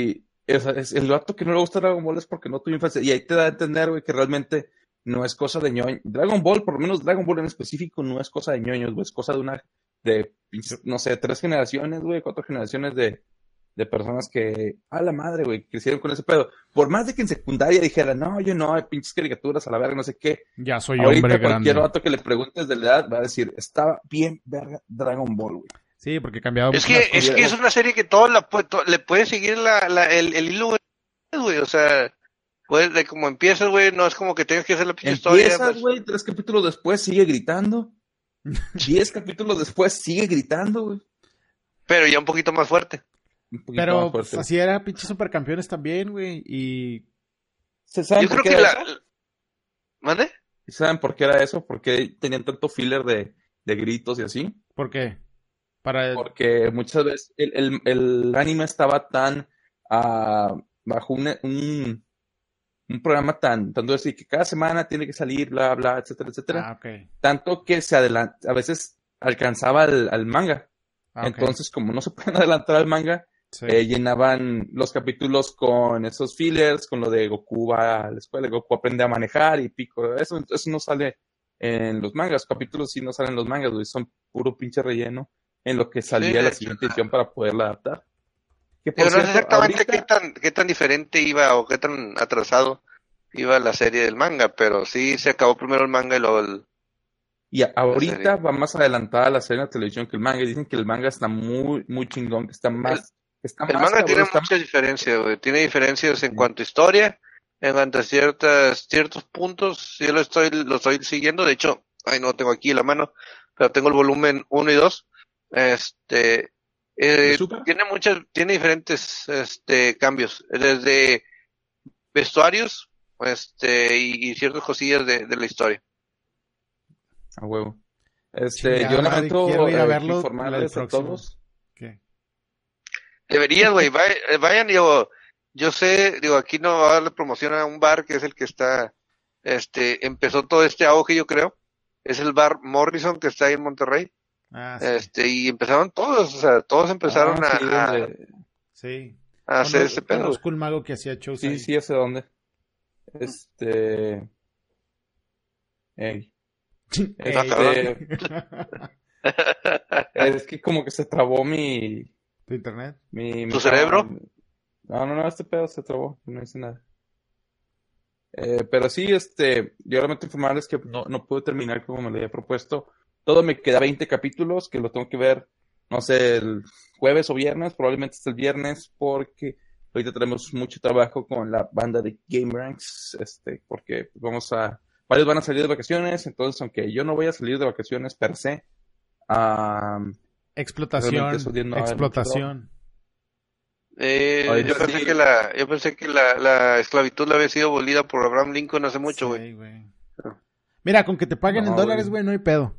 es, es, el vato que no le gusta Dragon Ball es porque no tuvo infancia. Y ahí te da a entender, güey, que realmente no es cosa de ñoño. Dragon Ball, por lo menos Dragon Ball en específico, no es cosa de ñoños, güey. Es cosa de una, de, no sé, tres generaciones, güey, cuatro generaciones de, de personas que, a la madre, güey, crecieron con ese pedo. Por más de que en secundaria dijera, no, yo no, hay pinches caricaturas a la verga, no sé qué. Ya soy Ahorita hombre cualquier grande. vato que le preguntes de la edad va a decir, estaba bien verga Dragon Ball, güey. Sí, porque cambiaba Es mucho que, las es cosas. que es una serie que todo la puede, to- le puede seguir la, la, el, el hilo, güey, o sea, pues de como empiezas, güey, no es como que tengas que hacer la pinche historia. Empiezas, Pues, güey, tres capítulos después sigue gritando. Diez capítulos después sigue gritando, güey. pero ya un poquito más fuerte. Un poquito Pero más pues, fuerte. así era, pinches supercampeones también, güey. Y ¿Se saben Yo por creo qué que era la... eso? ¿Mande? ¿Y saben por qué era eso? ¿Por qué tenían tanto filler de, de gritos y así? ¿por qué? Para Porque muchas veces el, el, el anime estaba tan ah, bajo un, un, un programa tan, tanto así que cada semana tiene que salir, bla, bla, etcétera, etcétera. Ah, ok. Tanto que se adelanta, a veces alcanzaba al, al manga. Ah, ok. Entonces, como no se pueden adelantar al manga, Sí. eh, llenaban los capítulos con esos fillers, con lo de Goku va a la escuela, Goku aprende a manejar y pico. Eso, eso no sale en los mangas. Los capítulos sí no salen en los mangas, güey. Son puro pinche relleno en lo que salía Sí, la de siguiente edición para poderla adaptar. Que por Yo no sé cierto, exactamente ahorita, qué tan, qué tan diferente iba o qué tan atrasado iba la serie del manga, pero sí se acabó primero el manga y luego el... y a- ahorita serie. va más adelantada la serie de televisión que el manga. Y dicen que el manga está muy, muy chingón, que está más, que está El más manga cabrón, tiene está muchas diferencias, güey. Tiene diferencias en Sí. cuanto a historia, en cuanto a ciertas, ciertos puntos. Yo lo estoy, lo estoy siguiendo. De hecho, ay, no tengo aquí la mano, pero tengo el volumen uno y dos. Este, ¿De eh, Super? tiene muchas, tiene diferentes, este, cambios. Desde vestuarios, este, y, y ciertas cosillas de, de la historia. A huevo. Este, Chingada yo madre, lamento quiero ir a eh, verlo informarles el a próximo. todos. ¿Qué? Deberías, güey, vay- eh, vayan, digo, yo sé, digo, aquí no va a darle promoción a un bar que es el que está, este, empezó todo este auge, yo creo, es el bar Morrison que está ahí en Monterrey, Ah, sí. este, y empezaron todos, o sea, todos empezaron Ah, a, sí, a- donde- Sí. a hacer Cono- ese pedo, güey. Conozco un mago que hacía shows sí, ahí. sí, ya sé dónde. Este. Ey. Ey. Ah, cabrón. Este. Es que como que se trabó mi. ¿Tu internet? mi, mi ¿Tu cerebro? No, no, no, este pedo se trabó. No hice nada. Eh, pero sí, este. Yo lamento informarles que no, no pude terminar como me lo había propuesto. Todo me queda veinte capítulos que lo tengo que ver, no sé, el jueves o viernes. Probablemente hasta el viernes porque ahorita tenemos mucho trabajo con la banda de Game Ranks. Este, porque vamos a. Varios van a salir de vacaciones, entonces aunque yo no voy a salir de vacaciones per se, um, Explotación. Realmente eso no va a haber mucho Explotación. Eh, Ahorita yo pensé sí. que la, yo pensé que la, la esclavitud la había sido abolida por Abraham Lincoln hace mucho, güey. Sí, güey. Mira, con que te paguen No, en dólares, güey. güey, no hay pedo.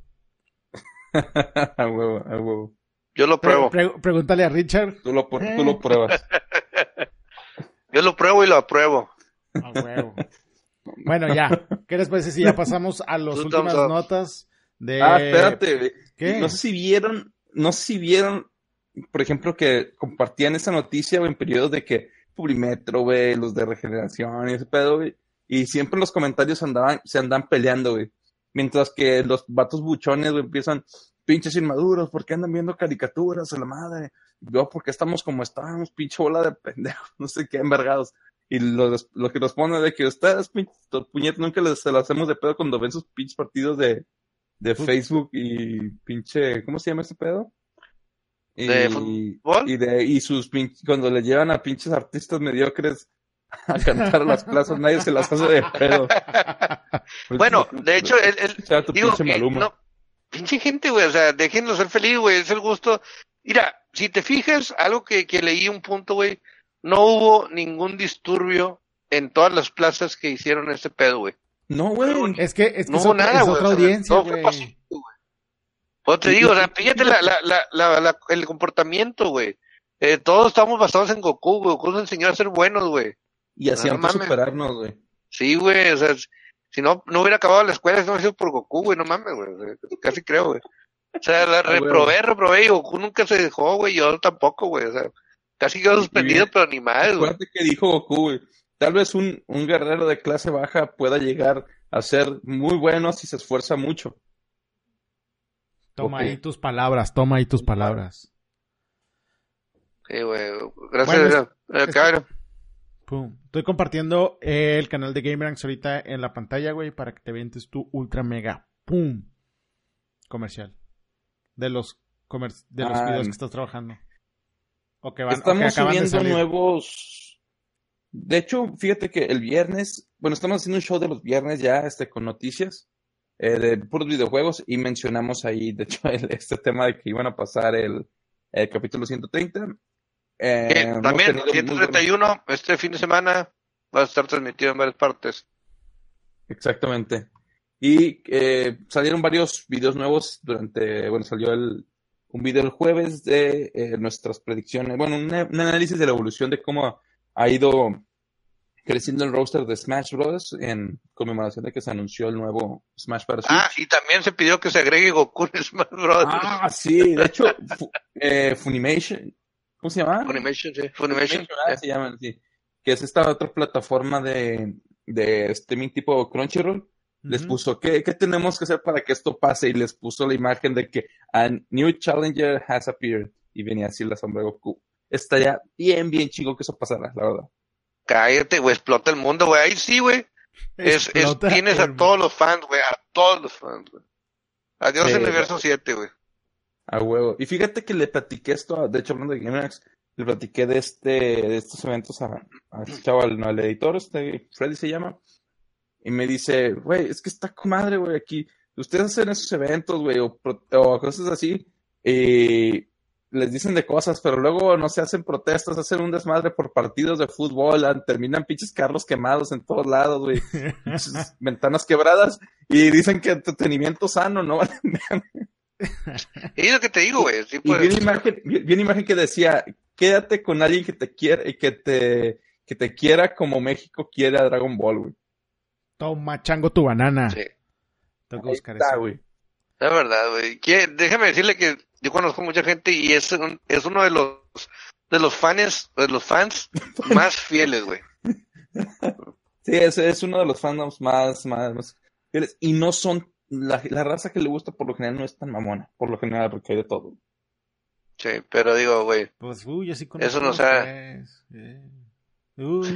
a huevo, a huevo. Yo lo Pre- pruebo, pre- pregúntale a Richard. Tú lo, pu- tú lo pruebas. yo lo pruebo y lo apruebo. A huevo. Bueno, ya. ¿Qué les parece si ya pasamos a las Two últimas thumbs up. notas de... Ah, espérate, güey. ¿Qué? No sé si vieron, no sé si vieron, por ejemplo, que compartían esa noticia, güey, en periodos de que Publimetro, güey, los de Regeneración y ese pedo, güey. Y siempre en los comentarios andaban, se andan peleando, güey. Mientras que los vatos buchones, güey, empiezan, pinches inmaduros, ¿por qué andan viendo caricaturas a la madre? Yo, ¿por qué estamos como estamos? Pinche bola de pendejos, no sé qué, envergados. Y lo, lo que nos pone de que ustedes, pinches puñetas, nunca les, se las hacemos de pedo cuando ven sus pinches partidos de, de Facebook y pinche, ¿cómo se llama ese pedo? Y, ¿De fútbol? y de, y sus pinches, cuando le llevan a pinches artistas mediocres a cantar a las plazas, nadie se las hace de pedo. Bueno, de hecho, el, el, O sea, tu digo pinche que Maluma. no, pinche gente, güey, o sea, déjenlo ser feliz, güey, es el gusto. Mira, si te fijas, algo que, que leí un punto, güey, no hubo ningún disturbio en todas las plazas que hicieron este pedo, güey. No, güey. Es que es, que No es hubo otra, nada, es güey. otra o sea, audiencia, todo fue güey. pacífico, güey. Pues te digo, o sea, fíjate la, la, la, la, la- el comportamiento, güey. Eh, todos estamos basados en Goku, güey. Goku nos enseñó a ser buenos, güey. Y así No antes mames. superarnos, güey. Sí, güey, o sea, si no, no hubiera acabado la escuela, si no hubiera sido por Goku, güey, no mames, güey. O sea, casi creo, güey. O sea, la Ah, güey. reprobé, reprobé, y Goku nunca se dejó, güey, yo tampoco, güey, o sea, Casi quedó suspendido, pero ni mal, güey. Acuérdate que dijo Goku, güey. Tal vez un, un guerrero de clase baja pueda llegar a ser muy bueno si se esfuerza mucho. Toma Ok. ahí tus palabras, toma ahí tus palabras. Sí, güey. Gracias, Bueno, eh, es- cabrón. Pum. Estoy compartiendo el canal de Gamerangs ahorita en la pantalla, güey, para que te vientes tu ultra mega pum comercial de los comer- de los Ah, videos que estás trabajando. O que van, o que Estamos acaban de subiendo salir. nuevos. De hecho, fíjate que el viernes, bueno, estamos haciendo un show de los viernes ya, este, con noticias eh, de puros videojuegos y mencionamos ahí, de hecho, el- este tema de que iban a pasar el, el capítulo ciento treinta. Eh, Que hemos también, tenido muy ciento buenos- treinta y uno, este fin de semana, va a estar transmitido en varias partes. Exactamente. Y eh, salieron varios videos nuevos durante, bueno, salió el, un video el jueves de eh, nuestras predicciones, bueno, un, un análisis de la evolución de cómo ha ido creciendo el roster de Smash Bros. En conmemoración de que se anunció el nuevo Smash para Switch. Ah, y también se pidió que se agregue Goku en Smash Bros. Ah, sí, de hecho, fu- eh, Funimation, ¿cómo se llama? Funimation, sí. Funimation. ah, eh. se llaman, sí. Que es esta otra plataforma de, de streaming tipo Crunchyroll. Les Ujú. puso, ¿qué, ¿qué tenemos que hacer para que esto pase? Y les puso la imagen de que a new challenger has appeared. Y venía así la sombra de Goku. Estaría bien, bien chico que eso pasara, la verdad. Cállate, güey, explota el mundo, güey. Ahí sí, güey. Es, es, Explota tienes a el- todos los fans, güey, a todos los fans, güey. Adiós, Sí, Universo siete, güey. A huevo. Y fíjate que le platiqué esto, de hecho, hablando de GameX, le platiqué de este, de estos eventos a, a este chavo, al, no, al editor, este Freddy se llama. Y me dice, güey, es que está con madre, güey, aquí. Ustedes hacen esos eventos, güey, o, pro- o cosas así, y les dicen de cosas, pero luego no se hacen protestas, hacen un desmadre por partidos de fútbol, ah, terminan pinches carros quemados en todos lados, güey, pinches ventanas quebradas, y dicen que entretenimiento sano, ¿no? Y es lo que te digo, güey. Sí, Y pues, vi una imagen, vi vi una imagen que decía, quédate con alguien que te quiera, que te, que te quiera como México quiere a Dragon Ball, güey. Toma, chango tu banana. sí. Tengo que Ahí buscar está, eso. güey. La verdad, güey. Que- Déjame decirle que yo conozco mucha gente y es, un- es uno de los de los fans, de los fans más fieles, güey. Sí, es, es uno de los fandoms más, más, más fieles. Y no son, la, la raza que le gusta por lo general no es tan mamona, por lo general, porque hay de todo. Sí, pero digo, güey. Pues, uy, yo sí conozco Eso no los sabe. tres. Eh. Uy.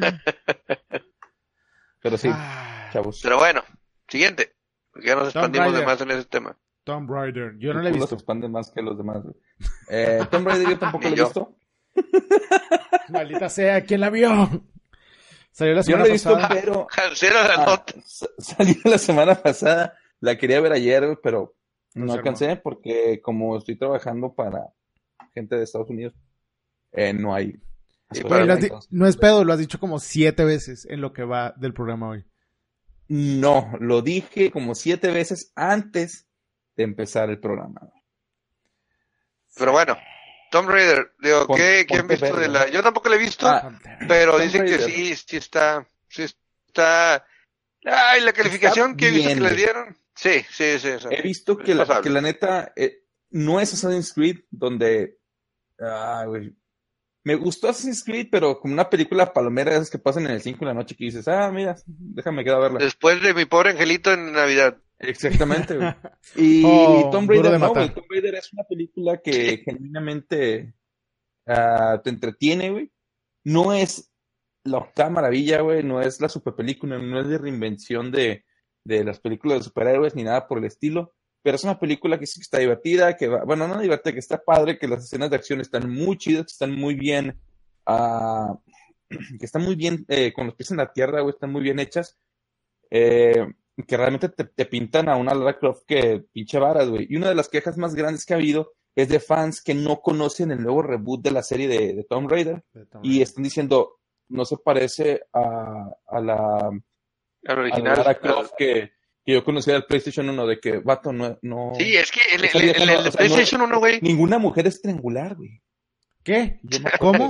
Pero sí, Ah, chavos. Pero bueno, siguiente. Porque ya nos Tomb expandimos de Raider. más en ese tema. Tomb Raider. Yo no El la he culo visto. se expande más que los demás, güey. Eh, Tomb Raider yo tampoco Ni lo he yo. visto. Maldita sea, ¿quién la vio? Salió la Yo no semana lo he visto, pasada. pero Cancela la ah, nota. sa- salió la semana pasada. La quería ver ayer, güey, pero No no se alcancé porque como estoy trabajando para gente de Estados Unidos, eh, no hay. Sí, Güey, lo has di- Entonces, no es pedo, lo has dicho como siete veces en lo que va del programa hoy. no, lo dije como siete veces antes de empezar el programa. Pero bueno, Tomb Raider, digo, Pon- ¿qué, ¿qué han ponte visto de verga. la...? Yo tampoco la he visto, Ah, pero Tomb dicen que Raider. sí, sí está, sí está... Ay, la calificación que he visto bien, que le güey. dieron. Sí, sí, sí. sí. He visto que Es la, pasable. que la neta eh, no es Assassin's Creed donde... Ah, güey. Me gustó Assassin's Creed, pero como una película palomera de esas que pasan en el cinco de la noche que dices, ah, mira, déjame quedar a verla. Después de Mi Pobre Angelito en Navidad. Exactamente, güey. Y Oh, Tomb duro de Raider no, matar. güey. Tomb Raider es una película que genuinamente ah, te entretiene, güey. No es la octava maravilla, güey. No es la super película, no es de reinvención de, de las películas de superhéroes ni nada por el estilo. Pero es una película que sí que está divertida, que va, bueno, no divertida, que está padre, que las escenas de acción están muy chidas, que están muy bien, ah, que están muy bien, eh, con los pies en la tierra, güey, están muy bien hechas. Eh, que realmente te, te pintan a una Lara Croft que pinche varas, güey. Y una de las quejas más grandes que ha habido es de fans que no conocen el nuevo reboot de la serie de, de Tomb Raider y están diciendo, no se parece a, a la, Al a la original. Lara Croft que, que yo conocía del PlayStation uno, de que, vato, no... no Sí, es que el, esa el, vieja el, no- el o sea, no- PlayStation uno, güey. ninguna mujer es triangular, güey. ¿Qué? Yo me ¿Cómo?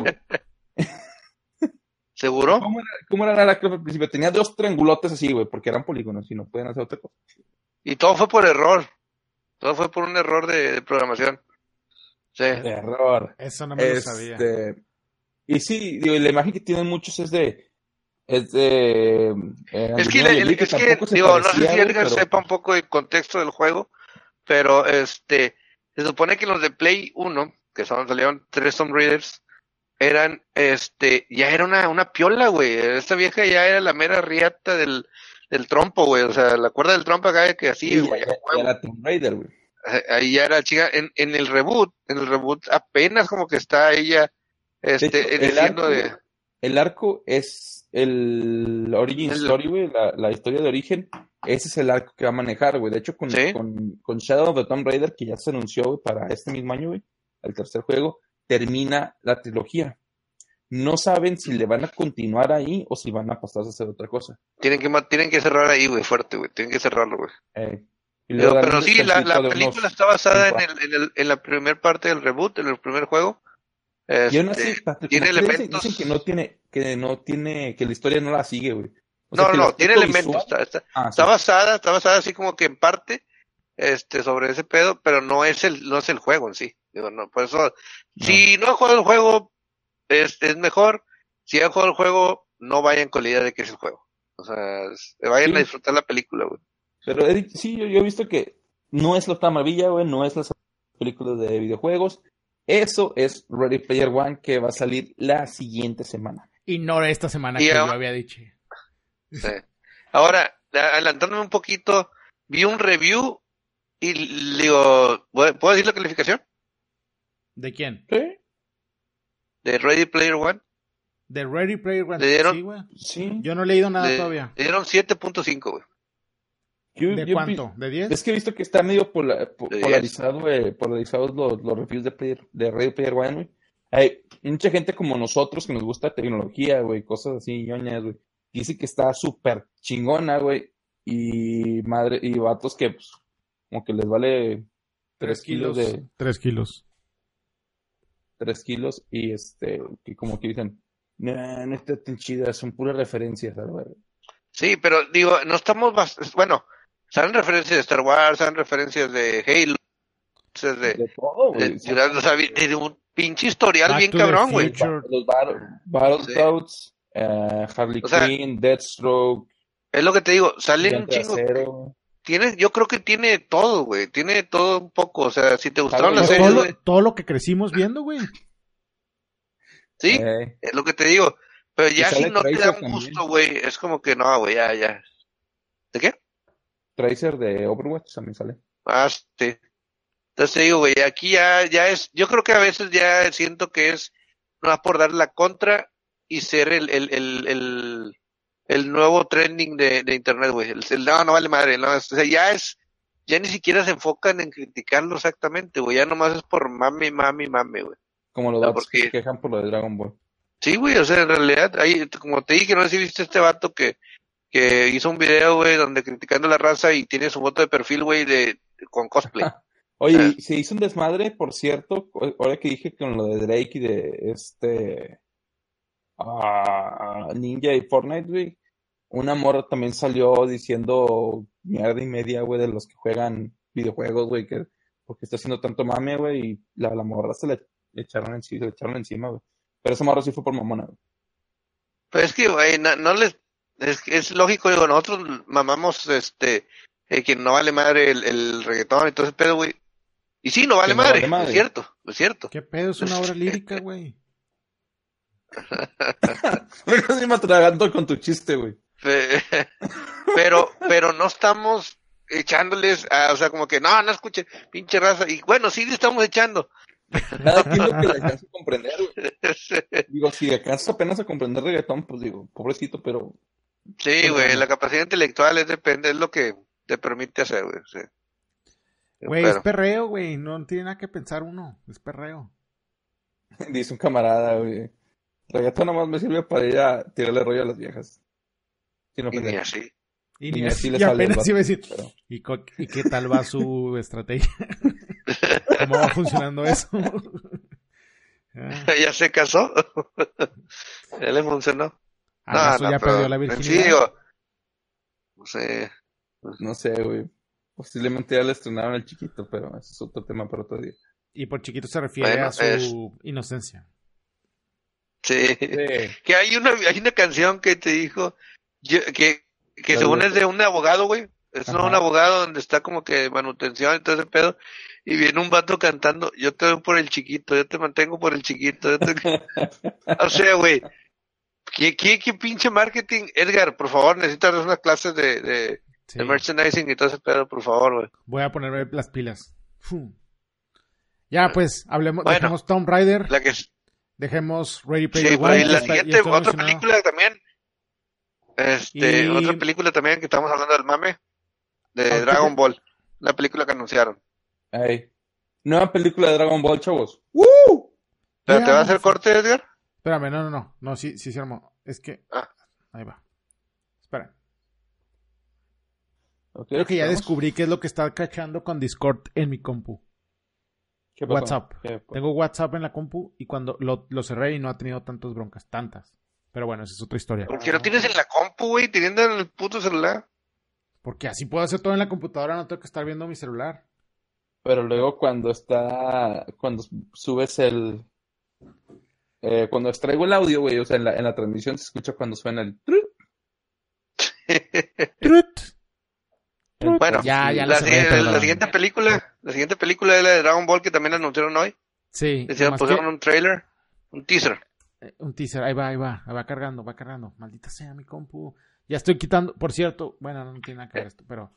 ¿Seguro? ¿Cómo era, cómo era Lara Croft al principio? Tenía dos triangulotes así, güey, porque eran polígonos y no pueden hacer otra cosa. Y todo fue por error. Todo fue por un error de, de programación. Sí. Error. Eso no me lo sabía. Este, Y sí, digo, la imagen que tienen muchos es de... Es de... eh, Es que, Angelina le- Jolie, es que tampoco se digo, no sé parecía, si güey, Edgar pero... sepa un poco el contexto del juego, pero este, se supone que los de Play uno, que son, salieron tres Tomb Raiders, eran, este, ya era una, una piola, güey. Esta vieja ya era la mera riata del, del trompo, güey. O sea, la cuerda del trompo acá que así, Sí, ya, güey, a ya- ya huevo. era Tomb Raider, güey. Eh, Ahí ya era chica. En, en el reboot, en el reboot apenas como que está ella, De hecho, este, eh, el diciendo arco, de, el arco es el origin el- story, güey, la, la historia de origen. Ese es el arco que va a manejar, güey. De hecho, con, sí, con, con Shadow of the Tomb Raider, que ya se anunció, güey, para este mismo año, güey, el tercer juego, termina la trilogía. No saben si le van a continuar ahí o si van a pasarse a hacer otra cosa. tienen que, ma- tienen que cerrar ahí, güey, fuerte, güey. Tienen que cerrarlo, güey. Eh, y Digo, luego darle pero un sí, la, descansito la de película unos está basada cinco en años. el, en el, en la primera parte del reboot, en el primer juego. Y aún así, Este, Patrick, tiene como que dicen, elementos. dicen que no tiene, que no tiene, que la historia no la sigue, güey. O sea, No, que el no, tiene aspecto elementos. visual, Está, está, ah, está sí, basada, está basada así como que en parte, este, sobre ese pedo, pero no es el, no es el juego en sí. Digo, no, por eso, no. si no han jugado el juego, es, es mejor. Si han jugado el juego, no vayan con la idea de que es el juego. O sea, es- vayan a Sí, disfrutar la película, güey. pero he dicho- sí, yo, yo he visto que no es la otra maravilla, güey, no es las películas de videojuegos. Eso es Ready Player One, que va a salir la siguiente semana. Y no esta semana Y que yo ahora, había dicho. sí. Ahora, adelantándome un poquito, vi un review y le digo, ¿puedo decir la calificación? ¿De quién? ¿Sí? De Ready Player One. ¿De Ready Player One? Le dieron, Sí, güey. Sí. Yo no he leído nada le, todavía. le dieron siete punto cinco, güey. Yo, ¿De yo cuánto? vi- ¿De diez? es que he visto que está medio pola- po- De diez. polarizado, eh, polarizados los, los reviews de, Player- de Ready Player One, güey. Hay mucha gente como nosotros que nos gusta tecnología, güey, cosas así, ñoñas, güey. Dice que está súper chingona, güey. Y madre, y vatos que, pues, como que les vale tres kilos de, Tres kilos. tres kilos y este, que como que dicen, no, no está tan chida, son puras referencias, ¿sabes? Sí, pero digo, no estamos, bas- bueno, salen referencias de Star Wars, salen referencias de Halo, de, De todo, de, güey. de- o sea, vi- de un pinche historial Back bien to the cabrón, güey. Future. Los Battle, Battletoads, Sí. eh, Harley O sea, Quinn, Deathstroke, es lo que te digo, salen un Gigante de chingo. Acero. Tiene, yo creo que tiene todo, güey, tiene todo un poco, o sea, si te gustaron Claro, las yo- Pues todo, series, lo, güey, todo lo que crecimos viendo, güey. sí, Eh, es lo que te digo, pero y ya si sale no te da Tracer un también. gusto, güey, es como que no, güey, ya, ya. ¿De qué? Tracer de Overwatch también sale. Ah, sí. Entonces te digo, güey, aquí ya, ya es, yo creo que a veces ya siento que es no más por dar la contra y ser el, el, el, el, el nuevo trending de, de internet, güey. El, el no, no vale madre, no, o sea, ya es, ya ni siquiera se enfocan en criticarlo exactamente, güey, ya nomás es por mame, mame, mame, güey. Como los O sea, vatos que se porque, quejan por lo de Dragon Ball. sí, güey, o sea, en realidad, ahí, como te dije, no sé si viste este vato que, que hizo un video, güey, donde criticando la raza y tiene su foto de perfil, güey, de, con cosplay. Oye, Ah, y se hizo un desmadre, por cierto, ahora que dije con lo de Drake y de este ah, Ninja y Fortnite, güey. Una morra también salió diciendo mierda y media, güey, de los que juegan videojuegos, güey, que porque está haciendo tanto mame, güey, y la, la morra se le, le echaron encima, le echaron encima, güey. Pero esa morra sí fue por mamona, güey. Pero es que, güey, no, no les, es, es lógico, digo, nosotros mamamos, este, eh, que no vale madre el, el reggaetón y todo ese pedo, güey. Y sí, no vale Que no madre, vale madre. es cierto, es cierto. ¿Qué pedo? Es una obra lírica, güey. Me casi me atraganto con tu chiste, güey. Pe- Pero, pero no estamos echándoles, a, o sea, como que, no, no escuche, pinche raza. Y bueno, sí le estamos echando. Cada quien lo que le alcanza a comprender, güey. Digo, si alcanzas apenas a comprender reggaetón, pues digo, pobrecito, pero Sí, pues, güey, bueno. la capacidad intelectual es depende, es lo que te permite hacer, güey, sí. Güey, es Pero, perreo, güey. No tiene nada que pensar uno. Es perreo. dice un camarada, güey. Reggaetón nomás me sirve para ir a tirarle rollo a las viejas. Si no, y pues, ni así. Y, Y ni ni así, así le y sale el apenas vato, iba a decir, pero- ¿y, co- ¿y qué tal va su estrategia? ¿Cómo va funcionando eso? Ah, Ya se casó. Ya le funcionó. ¿acaso No, no, ya pero perdió la en sí, virginidad? digo, no sé. No sé, güey. Posiblemente ya le estrenaron el chiquito, pero ese es otro tema para otro día. Y por chiquito se refiere Bueno, a su es- inocencia. Sí. Sí. Que hay una, hay una canción que te dijo, yo- que, que La según de- es de un abogado, güey. Es Ajá. un abogado donde está como que manutención y todo ese pedo. Y viene un vato cantando, yo te doy por el chiquito, yo te mantengo por el chiquito. Yo te... O sea, güey, ¿qué, qué, qué pinche marketing? Edgar, por favor, necesitas unas clases de, de, Sí. de merchandising y todo ese pedo, por favor, güey. Voy a ponerme las pilas. Fu. Ya, pues, hablemos, Bueno. dejemos Tomb Raider, La que es- dejemos Ready Player Sí, One. güey, ya la está- ya siguiente, estoy otra emocionado. película también. Este, Y- otra película también que estamos hablando del mame, de Ahorita Dragon que- Ball. La película que anunciaron. Ey. Nueva película de Dragon Ball, chavos. ¡Woo! ¿Pero Ya, te va a no, hacer sí. corte, Edgar? Espérame, no, no, no. No, sí, sí se armó. Es que. Ah. Ahí va. Espera. Ok, Creo que ya ¿estamos? descubrí qué es lo que está cachando con Discord en mi compu. ¿Qué pasó? WhatsApp. ¿Qué pasó? Tengo WhatsApp en la compu y cuando lo, lo cerré y no ha tenido tantas broncas, tantas. Pero bueno, esa es otra historia. Porque lo tienes en la compu, güey, teniendo en el puto celular. Porque así puedo hacer todo en la computadora, no tengo que estar viendo mi celular. Pero luego cuando está, cuando subes el, eh, cuando extraigo el audio, güey, o sea, en la, en la transmisión se escucha cuando suena el trut. Trut. Bueno, Ya, ya lo la, cerré, si- perdón. la siguiente película, la siguiente película es la de Dragon Ball que también anunciaron hoy. Sí, Hicieron, nomás pusieron que- un trailer, un teaser. eh, un teaser, ahí va, ahí va, ahí va cargando, va cargando. Maldita sea mi compu. Ya estoy quitando, por cierto, bueno, no tiene nada que ver esto, pero...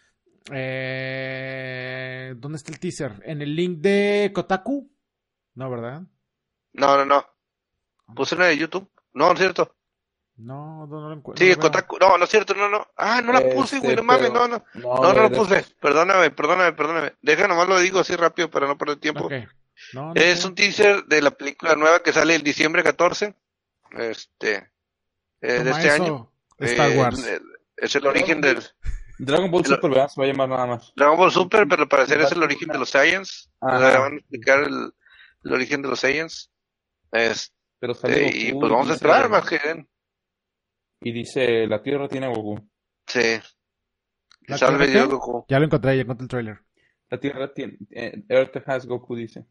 Eh, ¿dónde está el teaser? ¿En el link de Kotaku? No, ¿verdad? No, no, no. Puse una de YouTube. No, no es cierto. No, no, no lo encuentro. Sí, no lo veo. Kotaku. No, no es cierto, no, no. Ah, no la puse, Este, güey, no mames, pero- no, no. No, No, no güey, lo de- puse. Perdóname, perdóname, perdóname. Deja nomás lo digo así rápido para no perder tiempo. Ok. No, no Es sé. un teaser de la película nueva que sale el diciembre catorce. Este. eh, de Toma este eso, año. Star Eh, Wars. eh, es el origen del Dragon Ball El- Super, ¿verdad? Se va a llamar nada más. Dragon Ball Super, pero al parecer es el origen de los Saiyans. Ajá. O sea, van a explicar el, el origen de los Saiyans. Este, Pero sale y Goku pues vamos a dice- esperar más que den. Y dice, la Tierra tiene a Goku. Sí. ¿La Salve Tierra Dios qué? Goku. Ya lo encontré, ya encontré el trailer. La Tierra tiene, eh, Earth has Goku, dice.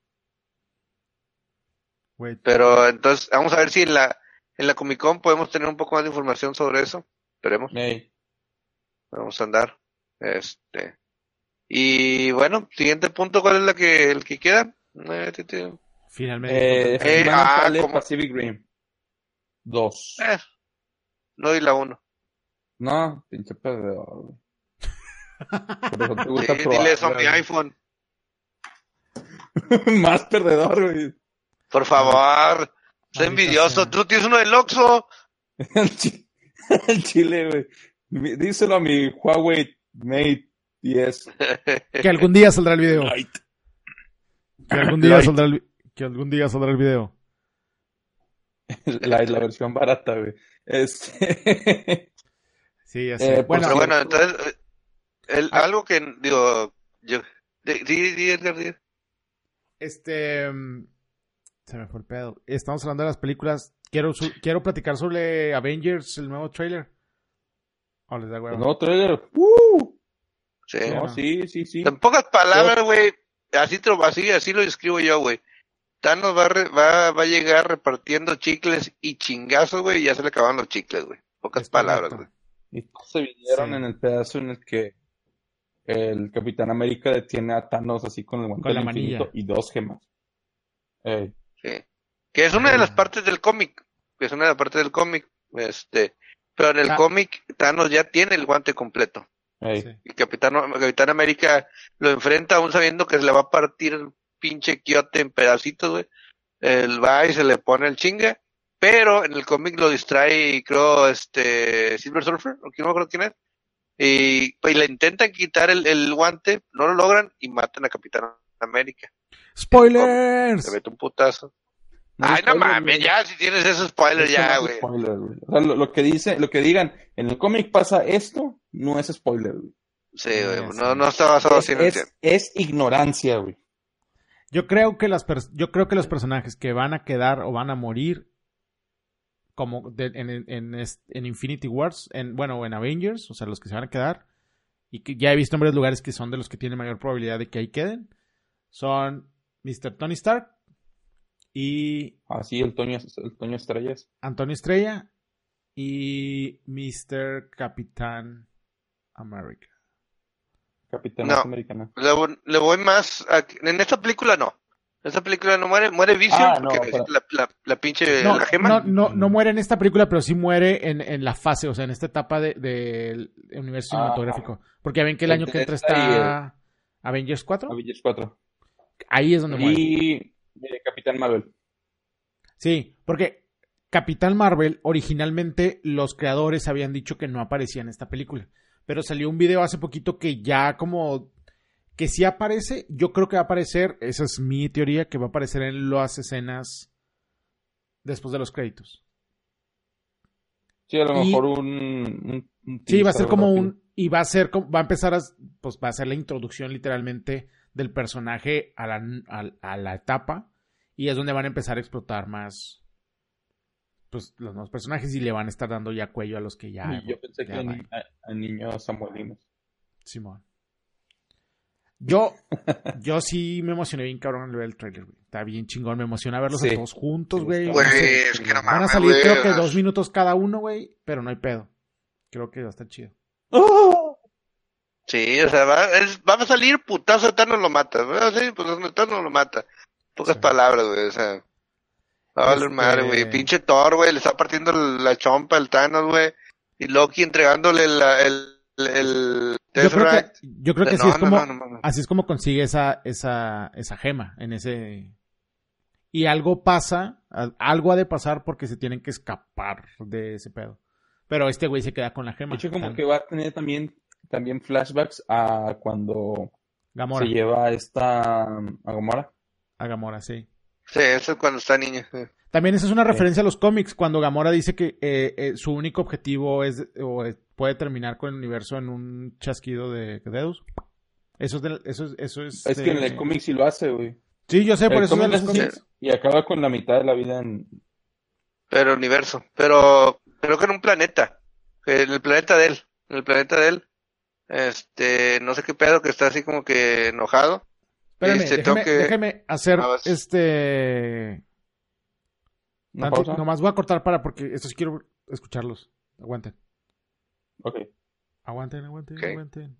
Wait. Pero entonces, vamos a ver si en la, en la Comic Con podemos tener un poco más de información sobre eso. Esperemos. Ey. Vamos a andar. Este. Y bueno, siguiente punto, ¿cuál es la que, el que queda? Eh, ti, ti. Finalmente. Eh, esta Eh, semana ah, sale ¿cómo? Pacific Rim dos. Eh, no di la uno. No, pinche perdedor, güey. Por eso te gusta Sí, probar, dile eso a mi güey. iPhone. Más perdedor, güey. Por favor. Soy Maldita envidioso. sea. Tú tienes uno del Oxxo. El chi- el chile, güey. Mi- Díselo a mi Huawei Mate diez. Que algún día saldrá el video. Lite. Que algún día Light. saldrá el, vi- que algún día saldrá el video. La, la versión barata, güey. Este... Sí, ya sé. Eh, por bueno, Pero bueno, cierto. entonces, eh, el, Ah. algo que, digo, yo, di, di, di, Edgar, di. este... mm, se me fue el pedo. Estamos hablando de las películas. Quiero, su- quiero platicar sobre Avengers, el nuevo trailer. ¿O les da hueva? El nuevo trailer. ¡Uh! Sí. Sí, No, no. sí, sí, sí. En pocas palabras, güey, así, tro- así, así lo escribo yo, güey. Thanos va, a re- va, va a llegar repartiendo chicles y chingazos, güey, y ya se le acaban los chicles, güey. Pocas Es palabras, correcto. güey. Y todos se vinieron Sí. en el pedazo en el que el Capitán América detiene a Thanos así con el guante Con la del manilla. infinito y dos gemas. Ey. Sí. Que es una de las Ah. partes del cómic. Que es una de las partes del cómic. Este. Pero en el Ah. cómic, Thanos ya tiene el guante completo. Ey. Sí. Y Capitán, Capitán América lo enfrenta aún sabiendo que se le va a partir el pinche quiote en pedacitos, güey. Él va y se le pone el chinga. Pero en el cómic lo distrae, creo, este, Silver Surfer, o quién no me acuerdo quién es. Y, y le intentan quitar el, el guante, no lo logran y matan a Capitán América. ¡Spoilers! Se mete un putazo. No Ay, no spoiler, mames, güey. ya, si tienes esos spoilers, Eso no ya, es güey. spoiler, güey. O sea, lo, lo que dice, lo que digan, en el cómic pasa esto, no es spoiler, güey. Sí, Ya güey, sé. no, no está basado Es, así en el es, es ignorancia, güey. Yo creo que las pers- yo creo que los personajes que van a quedar o van a morir como de- en, en, en, es- en Infinity Wars, en bueno, o en Avengers, o sea, los que se van a quedar y que ya he visto en varios lugares que son de los que tienen mayor probabilidad de que ahí queden, son mister Tony Stark y Así, el Toño, el Toño Estrellas. Antonio Estrella y mister Capitán América. Capitán No. Americana. Le, voy- le voy más. A, en esta película no. En esta película no muere. Muere Vision Ah, porque no, necesita pero- la, la, la pinche No, la gema. no, no, no muere en esta película, pero sí muere en, en la fase, o sea, en esta etapa del de, de universo Ah. cinematográfico. Porque ya ven que el año que entra Esta y está Avengers cuatro. Avengers cuatro. Ahí es donde muere. Y eh, Capitán Marvel. Sí, porque Capitán Marvel, originalmente los creadores habían dicho que no aparecía en esta película. Pero salió un video hace poquito que ya como que sí aparece. Yo creo que va a aparecer, esa es mi teoría, que va a aparecer en las escenas después de los créditos. Sí, a lo Y- mejor un, un, un Sí, va a ser teaser como rápido. un... Y va a ser como... Va a empezar a... Pues va a ser la introducción literalmente del personaje a la, a, a la etapa. Y es donde van a empezar a explotar más... Pues los nuevos personajes y le van a estar dando ya cuello a los que ya... Y yo pensé que ya a, van. ni- a, a niños samuelinos. Simón. Yo... yo sí me emocioné bien cabrón al ver el trailer, güey. Está bien chingón. Me emociona verlos Sí. a todos juntos, Sí, güey. está Güey, No sé, es que no van a mames, salir güey. creo que dos minutos cada uno, güey. Pero no hay pedo. Creo que va a estar chido. Sí, o sea, va, es, va a salir putazo de Thanos lo mata. ¿Verdad? Sí, pues Thanos lo mata. Pocas Sí. palabras, güey. O sea, va a valer Este- madre, güey. Pinche Thor, güey, le está partiendo la chompa al Thanos, güey. Y Loki entregándole la, el, el, el Yo creo que, Tesseract. yo creo que No, así es no, como... no, no, no, no. Así es como consigue esa, esa, esa gema en ese... Y algo pasa, al- algo ha de pasar porque se tienen que escapar de ese pedo. Pero este güey se queda con la gema. De hecho, como Tan- que va a tener también, también flashbacks a cuando Gamora, se lleva a esta a Gamora. a Gamora, sí. Sí, eso es cuando está niña. sí. También esa es una referencia a los cómics, cuando Gamora dice que eh, eh, su único objetivo es, o eh, puede terminar con el universo en un chasquido de dedos. Eso es, de- eso es, eso es, Es de- que en el cómic sí lo hace, güey. Sí, yo sé, por El eso es de cómic los hace así cómics. y acaba con la mitad de la vida en... Pero universo. Pero creo que en un planeta. En el planeta de él. En el planeta de él. Este, no sé qué pedo, que está así como que enojado. Espérame, Este, déjeme, tengo que- déjeme hacer A ver. este... ¿Una Tanti- pausa? nomás voy a cortar para porque estos quiero escucharlos. Aguanten. Ok. Aguanten, aguanten, Ok. aguanten.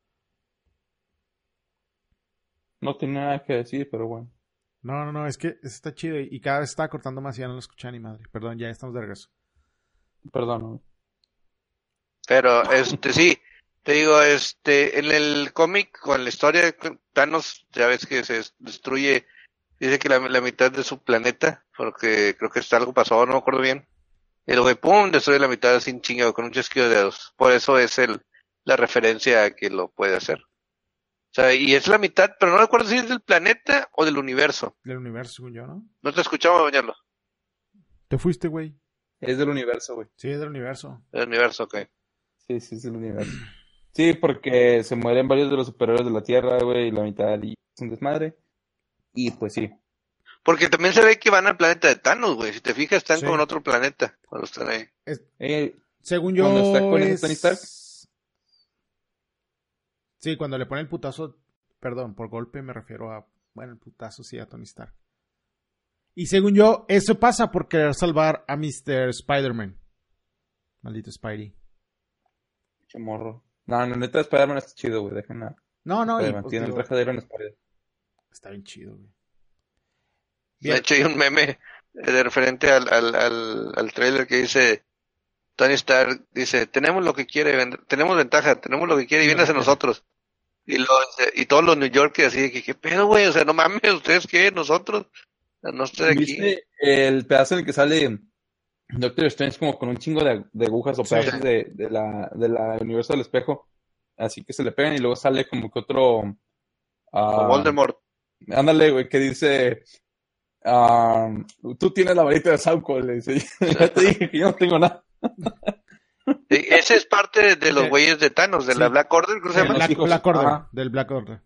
No tiene nada que decir, pero bueno. No, no, no, es que está chido y y cada vez está cortando más y ya no lo escucha ni madre. Perdón, ya estamos de regreso. Perdón. ¿no? Pero, este, sí, te digo, este, en el cómic, con la historia de Thanos, ya ves que se destruye, dice que la, la mitad de su planeta, porque creo que está algo pasó, no me acuerdo bien. Y luego, pum, destruye la mitad sin chingado, con un chasquido de dedos. Por eso es el, la referencia a que lo puede hacer. O sea, y es la mitad, pero no recuerdo si es del planeta o del universo. Del universo, según yo, ¿no? No te escuchamos, bañarlo. Te fuiste, güey. Es del universo, güey. Sí, es del universo. Del universo, ok. Sí, sí, es del universo. Sí, porque se mueren varios de los superhéroes de la Tierra, güey, y la mitad y es un desmadre. Y pues sí. Porque también se ve que van al planeta de Thanos, güey. Si te fijas, están Sí. con otro planeta cuando están ahí. Eh, Según yo. ¿Cuando está con ese es... Tony Stark? Sí, cuando le pone el putazo. Perdón, por golpe me refiero a. Bueno, el putazo sí a Tony Stark. Y según yo, eso pasa por querer salvar a mister Spider-Man. Maldito Spidey. Pinche morro. No, no, neta, Spider-Man está chido, güey. Dejen a No, no, y Spider-Man. pues, Tiene el digo, traje de Iron Spider. está bien chido, güey. De Bien. hecho, hay un meme eh, de referente al, al, al, al trailer que dice, Tony Stark dice, tenemos lo que quiere, vender- tenemos ventaja, tenemos lo que quiere y viene hacia nosotros. Y, lo, y todos los New Yorkers así de que, ¿qué pedo, güey? O sea, no mames, ¿ustedes qué? ¿Nosotros? No estoy aquí. ¿Viste el pedazo en el que sale Doctor Strange como con un chingo de, de agujas o Sí. pedazos de, de la, de la universo del espejo? Así que se le pegan y luego sale como que otro... ah, O Voldemort. ándale, güey, que dice... ah, tú tienes la varita de Sauco, le dice. Ya te dije que yo no tengo nada. Sí, ese es parte de, de los Sí. güeyes de Thanos, de Sí. la Black Order, ¿cómo se Del llama? Black, hijos. Black Order. Ajá. Del Black Order.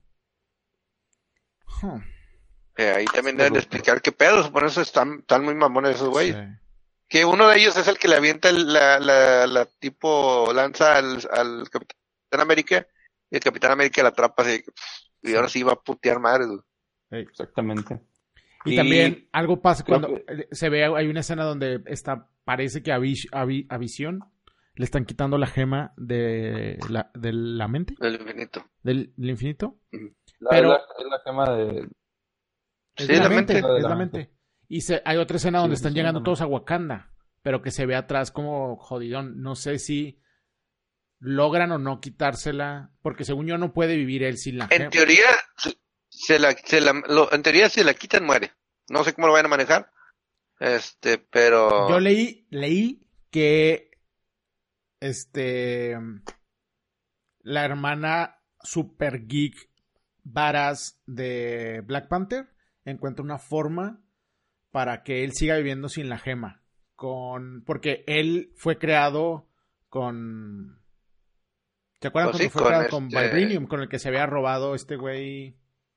Huh, Eh, ahí también deben de explicar qué pedo, por eso están, están muy mamones esos güeyes. sí. Que uno de ellos es el que le avienta el- la, la, la tipo lanza al, al Capitán América y el Capitán América la atrapa así, y ahora sí va a putear madre. güey. Ey. Exactamente. Y, y también algo pasa cuando que... se ve, hay una escena donde está, parece que a, Vis, a, Vi, a Visión le están quitando la gema de la, de la mente. Del infinito. Del, del infinito. La, Pero... Es la, es la gema de... Es sí, la, la mente, mente. Es la mente. Y se, hay otra escena donde sí, están llegando no. todos a Wakanda, pero que se ve atrás como jodidón. No sé si logran o no quitársela, porque según yo no puede vivir él sin la En gema. teoría, se la, se la, lo, en teoría si la quitan muere. No sé cómo lo van a manejar. Este, pero... Yo leí, leí que este la hermana super geek varas de Black Panther encuentra una forma para que él siga viviendo sin la gema. Con, porque él fue creado con... ¿Te acuerdas pues cuando sí, fue con creado este... con Vibranium? Con el que se había robado este güey...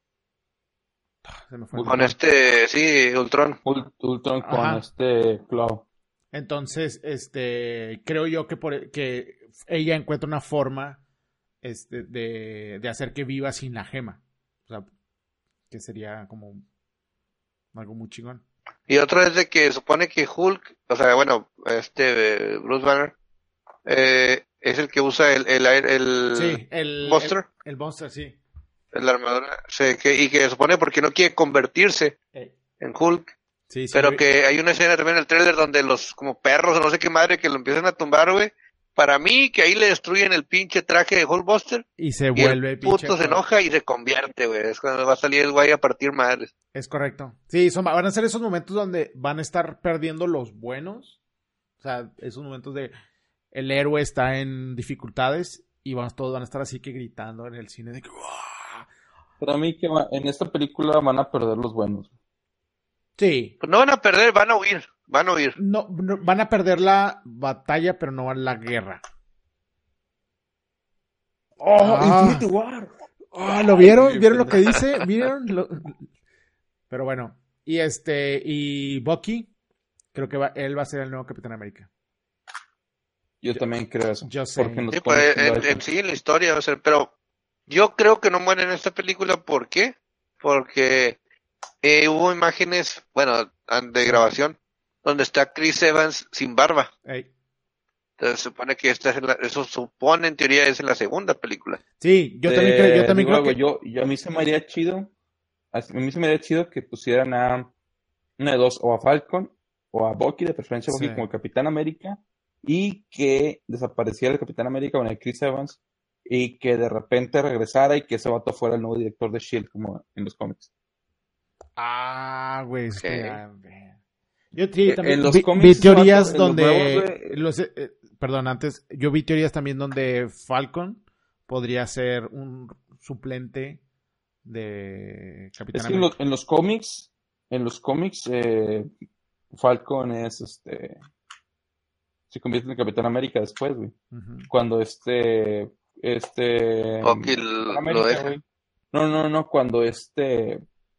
Se me fue con el este, sí, Ultron. Ult, Ultron con Ajá. este Claw. Entonces, este, creo yo que por que ella encuentra una forma este, de, de hacer que viva sin la gema. O sea, que sería como algo muy chingón. Y otra es de que supone que Hulk, o sea, bueno, este Bruce Banner, eh, es el que usa el, el, el, sí, el Buster. El, el Buster, sí. La armadura, sí, que, y que supone porque no quiere convertirse hey. en Hulk. Sí, sí, pero yo... que hay una escena también en el trailer donde los como perros o no sé qué madre que lo empiezan a tumbar, güey. Para mí, que ahí le destruyen el pinche traje de Hulkbuster. Y se y vuelve el puto se enoja y se convierte, güey. Es cuando va a salir el güey a partir madres. Es correcto. Sí, son, van a ser esos momentos donde van a estar perdiendo los buenos. O sea, esos momentos de el héroe está en dificultades y van, todos van a estar así que gritando en el cine de que... Para mí que va, en esta película van a perder los buenos. Sí. Pues no van a perder, van a huir. Van a huir. No, no, van a perder la batalla, pero no la guerra. ¡Oh, ah. Infinity War! Oh, ¿lo vieron? ¿Vieron lo que dice? ¿Vieron? Lo... Pero bueno. Y este, y Bucky, creo que va, él va a ser el nuevo Capitán América. Yo, yo también creo eso. Yo sé. Porque en los sí, pues, en, en sí, en la historia va a ser, pero yo creo que no muere en esta película. ¿Por qué? Porque eh, hubo imágenes, bueno, de grabación, donde está Chris Evans sin barba. Hey. Entonces se supone que esta es la, eso supone en teoría es en la segunda película. Sí, yo eh, también creo, yo también luego, creo que... yo, yo a mí se me haría chido, a mí se me haría chido que pusieran a una de dos, o a Falcon, o a Bucky, de preferencia Bucky sí. como el Capitán América, y que desapareciera el Capitán América con el Chris Evans, y que de repente regresara y que ese vato fuera el nuevo director de S H I E L D como en los cómics. Ah, güey, es okay. que... Yo sí, también en los vi, cómics, vi teorías vato, donde... Los nuevos, los, eh, perdón, antes, yo vi teorías también donde Falcon podría ser un suplente de Capitán es que América. En, lo, en los cómics, en los cómics, eh, Falcon es este... se convierte en Capitán América después, güey. Uh-huh. Cuando este... Este... Bucky lo deja. Wey. No, no, no, cuando este...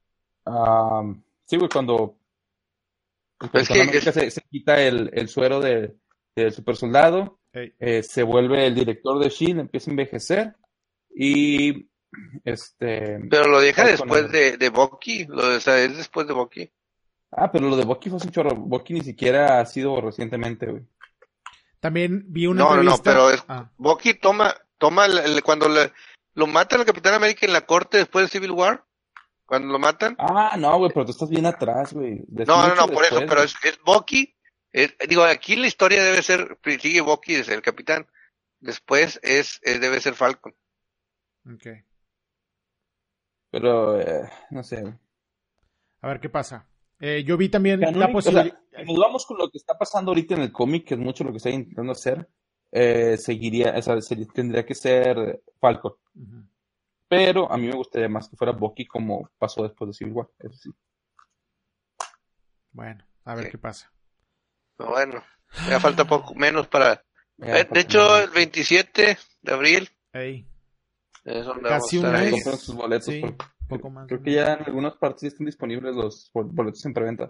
Um, sí, güey, cuando... El Capitán es que América es... se, se quita el, el suero del de super soldado, hey. eh, se vuelve el director de S H I E L D, empieza a envejecer y este... Pero lo deja después de, de Bucky, lo de, o sea, es después de Bucky. Ah, pero lo de Bucky fue un chorro, Bucky ni siquiera ha sido recientemente, güey. También vi una no, entrevista... No, no, pero es, ah. Bucky toma, toma el, el, cuando le, lo matan al Capitán América en la corte después de Civil War, cuando lo matan. Ah, no, güey, pero tú estás bien atrás, güey. No, no, no, por después, eso, pero es, es Bucky. Es, digo, aquí la historia debe ser, sigue Bucky desde el Capitán. Después es, es debe ser Falcon. Ok. Pero, eh, no sé. A ver qué pasa. Eh, yo vi también Canonic, la posibilidad... O sea, si nos vamos con lo que está pasando ahorita en el cómic, que es mucho lo que está intentando hacer, eh, seguiría, o sea, sería, tendría que ser Falcon. Uh-huh. Pero a mí me gustaría más que fuera Bucky como pasó después de Civil War, eso sí. Bueno, a ver sí. qué pasa. Bueno, ya falta poco menos para... Eh, de hecho, el veintisiete de abril. Hey. Es donde Casi vamos a un mes. Compren sus boletos. Sí, poco más. Creo que ya en algunas partes están disponibles los boletos en preventa.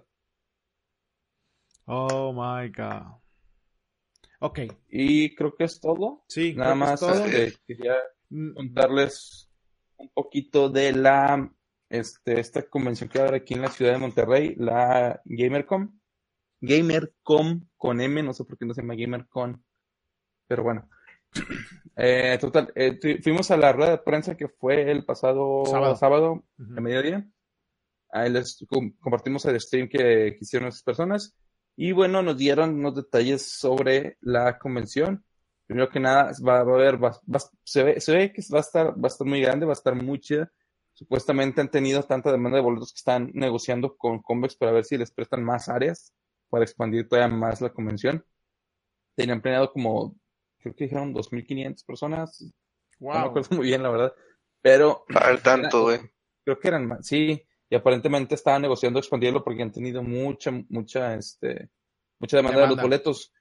Oh my god. Ok. Y creo que es todo. Sí, nada más es todo. Este, quería contarles un poquito de la este, esta convención que va a haber aquí en la ciudad de Monterrey, la GamerCom. GamerCom con M, no sé por qué no se llama GamerCon, pero bueno. Eh, total, eh, tu- fuimos a la rueda de prensa que fue el pasado Sábado. sábado, Ujú. a mediodía. Ahí les com- compartimos el stream que, que hicieron esas personas. Y bueno, nos dieron unos detalles sobre la convención. Primero que nada, va, va a haber, va- va- se ve, se ve que va a estar, va a estar muy grande, va a estar muy chida. Supuestamente han tenido tanta demanda de boletos que están negociando con Convex para ver si les prestan más áreas para expandir todavía más la convención. Tenían planeado como, creo que dijeron dos mil quinientas personas, no me Wow. acuerdo muy bien, la verdad, pero Para el era- tanto, güey. creo que eran más, sí, y aparentemente estaban negociando expandirlo porque han tenido mucha, mucha, este, mucha demanda de los Demanda. boletos.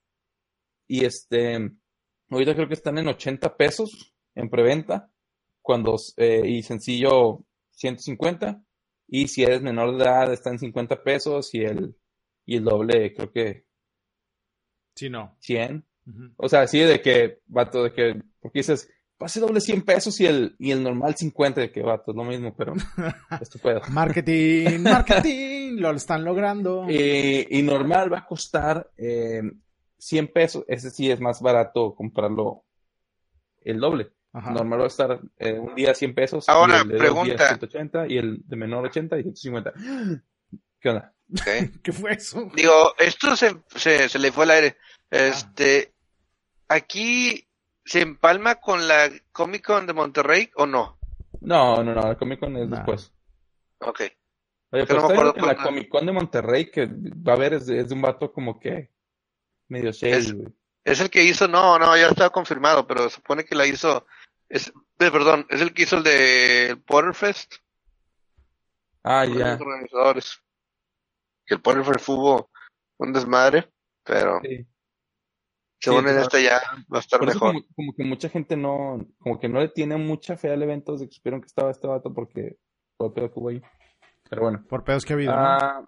Y este, ahorita creo que están en ochenta pesos en preventa, cuando, eh, y sencillo ciento cincuenta, y si eres menor de edad está en cincuenta pesos, y el, y el doble creo que Sí, no. cien. Ujú. O sea, así de que, vato, de que, porque dices, pase doble cien pesos y el, y el normal cincuenta, de que, vato, es lo mismo, pero esto puedo. Marketing, marketing, lo están logrando. Eh, y normal va a costar eh, cien pesos, ese sí es más barato comprarlo el doble. Ajá. Normal va a estar eh, un día cien pesos, y Ahora, el de dos pregunta. días ciento ochenta, y el de menor ochenta y ciento cincuenta. ¿Qué onda? Ok. ¿Qué fue eso? Digo, esto se, se, se le fue al aire. Este, aquí se empalma con la Comic Con de Monterrey o no? No, no, no, el Comic Con es No. después. Ok. Oye, Que pero no me está acuerdo viendo que la cuándo. Comic Con de Monterrey que va a haber es de, es de un vato como que medio shady, Es- güey. Es el que hizo, no, no, ya está confirmado, pero supone que la hizo, es, eh, perdón, es el que hizo el de el Potterfest, Ah, uno de ya. los organizadores. Que el Potterfest hubo un desmadre, pero Sí. según Sí, en claro. esta ya va a estar Por eso mejor. como, como que mucha gente no, como que no le tiene mucha fe al evento, de que supieron que estaba este vato porque todo el pedo que hubo ahí. Pero bueno. Por pedos que ha habido, ¿no? Ah,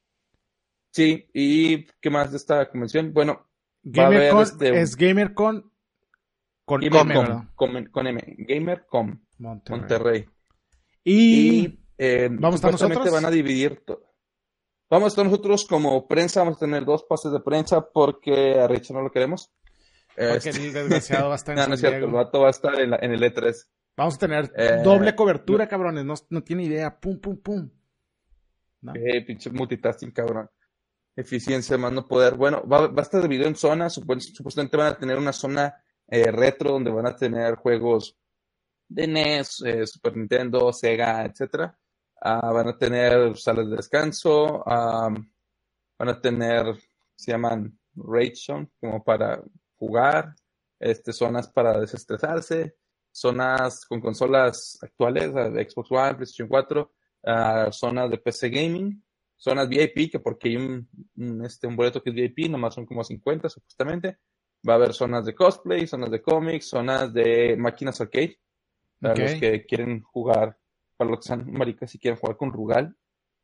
sí, ¿y qué más de esta convención? Bueno, va a haber GamerCon este es GamerCon con M, GamerCom, ¿verdad? con, con M, GamerCom, Monterrey. Monterrey. Y, Y eh, ¿vamos a estar supuestamente nosotros? van a dividir to- Vamos a estar nosotros como prensa, vamos a tener dos pases de prensa porque a Richard no lo queremos. Porque Este, el desgraciado va a estar en no, San no es cierto, el Diego. vato va a estar en, la- en el E tres. Vamos a tener Eh, doble cobertura, cabrones. No, no tiene idea. Pum, pum, pum. ¿No? Eh, pinche multitasking, cabrón. Eficiencia, más no poder. Bueno, va, va a estar dividido en zonas. Supu- supuestamente van a tener una zona eh, retro donde van a tener juegos de N E S, eh, Super Nintendo, Sega, etcétera. Ah, van a tener salas de descanso. ah, van a tener, se llaman Raid Zone, como para jugar. Este, zonas para desestresarse. Zonas con consolas actuales, ah, de Xbox One, PlayStation cuatro. ah, zonas de P C Gaming. Zonas V I P, que porque hay un, un, este, un boleto que es V I P, nomás son como cincuenta supuestamente. Va a haber zonas de cosplay, zonas de cómics, zonas de máquinas arcade. Para Ok. los que quieren jugar, para los que sean maricas y quieren jugar con Rugal.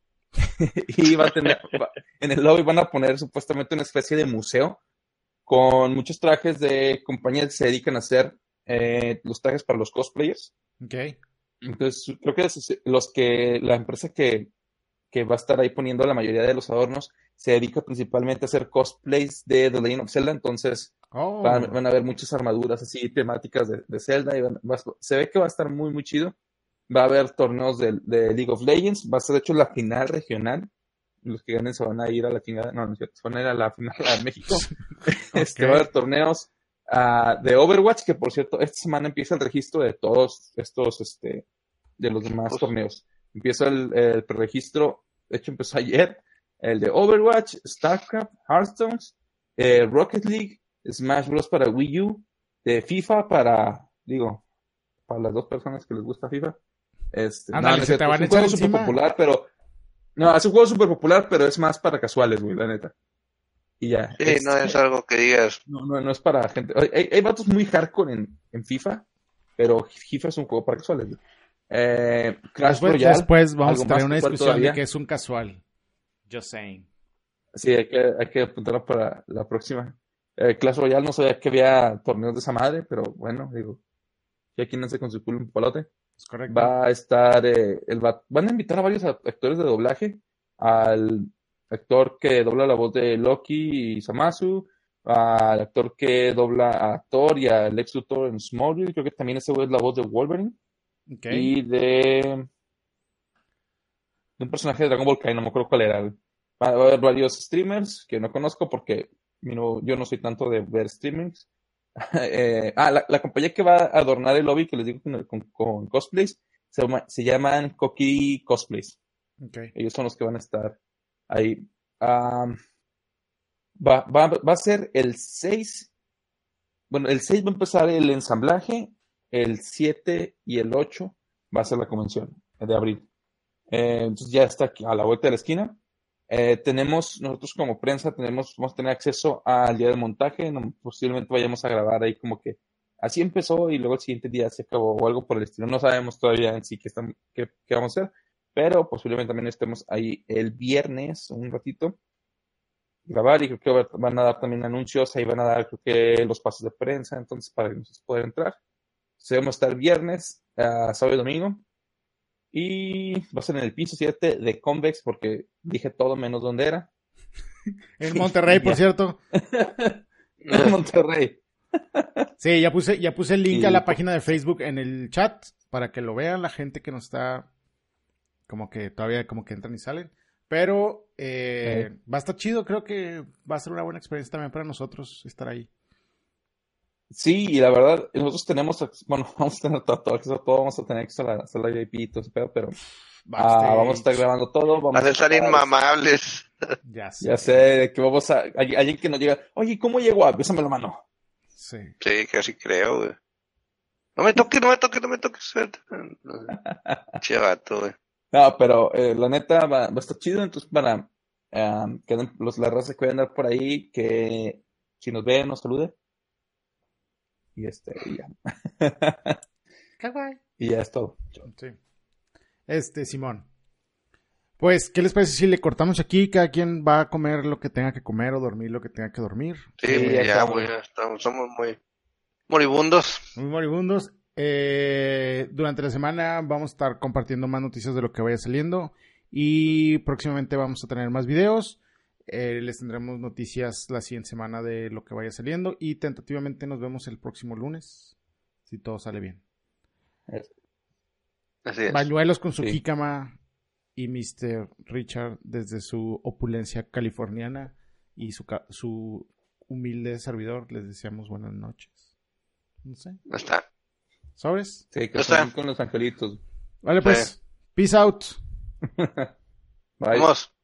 Y va a tener, va- en el lobby van a poner supuestamente una especie de museo con muchos trajes de compañías que se dedican a hacer eh, los trajes para los cosplayers. Ok. Entonces, creo que es- los que, la empresa que, que va a estar ahí poniendo la mayoría de los adornos se dedica principalmente a hacer cosplays de The Legend of Zelda. Entonces, Oh. van, van a haber muchas armaduras así temáticas de, de Zelda y van- va- se ve que va a estar muy muy chido. Va a haber torneos de, de League of Legends, va a ser de hecho la final regional. Los que ganen se van a ir a la chingada, no, no es cierto, se van a ir a la final a México. Este, va a haber torneos ah, de Overwatch, que por cierto, esta semana empieza el registro de todos estos, este, de los demás Pues- torneos. Empieza el, el preregistro, de hecho empezó ayer, el de Overwatch, StarCraft, Hearthstone, eh, Rocket League, Smash Bros. Para Wii U, de FIFA para, digo, para las dos personas que les gusta FIFA. Este, Ándale, no, no es se te cierto, van a es un juego echar súper encima. popular, pero no, es un juego súper popular, pero es más para casuales, güey, la neta. Y ya. Sí, no Este, es algo que digas. no, no, no es para gente. Hay, hay vatos muy hardcore en, en FIFA, pero FIFA es un juego para casuales, güey. Eh, Crash Después, Royale, después vamos algo a tener más una casual discusión todavía. de que es un casual. Just saying. Sí, hay que, hay que apuntarlo para la próxima. Eh, Clash Royale no sabía que había torneos de esa madre, pero bueno, digo, y aquí no sé con su culo un palote. Es correcto. Va a estar, eh, el va- van a invitar a varios actores de doblaje, al actor que dobla la voz de Loki y Zamasu, al actor que dobla a Thor y a Lex Luthor en Smallville, creo que también ese güey es la voz de Wolverine, Ok. y de, de un personaje de Dragon Ball que no me acuerdo cuál era. güey. Va a haber varios streamers que no conozco porque you know, yo no soy tanto de ver streamings. Eh, ah, la, la compañía que va a adornar el lobby que les digo con, con- con cosplays se, llama- se llaman Koki Cosplays. Ok. Ellos son los que van a estar ahí. Am, va, va, va a ser el seis. Bueno, el seis va a empezar el ensamblaje. El siete y el ocho va a ser la convención de abril. Eh, entonces ya está aquí a la vuelta de la esquina. Eh, tenemos, nosotros como prensa, tenemos, vamos a tener acceso al día del montaje. No- posiblemente vayamos a grabar ahí como que así empezó y luego el siguiente día se acabó o algo por el estilo. No sabemos todavía en sí qué, estamos, qué, qué vamos a hacer, pero posiblemente también estemos ahí el viernes un ratito grabar y creo que va- van a dar también anuncios, ahí van a dar creo que los pasos de prensa, entonces para que nosotros puedan entrar. Se vamos a estar viernes, ah, sábado y domingo. Y va a ser en el piso siete de Convex porque dije todo menos dónde era. En Monterrey, por Ya. cierto. En Monterrey. Sí, ya puse, ya puse el link Y, a la pues, página de Facebook en el chat para que lo vean la gente que nos está como que todavía como que entran y salen. Pero eh, va a estar chido, creo que va a ser una buena experiencia también para nosotros estar ahí. Sí, y la verdad, nosotros tenemos, ac- bueno, vamos a tener todo, todo acceso a todo, vamos a tener acceso a la sala V I P y todo ese pedo, pero ah, vamos a estar grabando todo, vamos Van a a estar estar, inmamables. Ya sé. ya sé, que vamos a, hay- alguien que nos diga, oye, ¿cómo llego a? Bésame la mano. Sí. Sí, casi creo, güey. No me toques, no me toques, no me toques. Che vato, güey. No, pero eh, la neta va, va a estar chido, entonces para ah, que anden- los, la raza que vayan a andar por ahí, que si nos ven, nos salude. Y este, y ya. Y ya es todo. Sí. Este, Simón. Pues, ¿qué les parece si le cortamos aquí? Cada quien va a comer lo que tenga que comer o dormir lo que tenga que dormir. Sí, Sí, pues ya ya, estamos. güey, ya estamos, somos muy moribundos. Muy moribundos. Eh, durante la semana vamos a estar compartiendo más noticias de lo que vaya saliendo. Y próximamente vamos a tener más videos. Eh, les tendremos noticias la siguiente semana de lo que vaya saliendo. Y tentativamente nos vemos el próximo lunes. Si todo sale bien. Así es. Bañuelos con su Sí. jícama. Y mister Richard desde su opulencia californiana. Y su, ca- su humilde servidor. Les deseamos buenas noches. No sé. Ya está. ¿Sobres? Sí, que Ya está. estén con los angelitos. Vale, pues. Peace out. Bye. Vamos.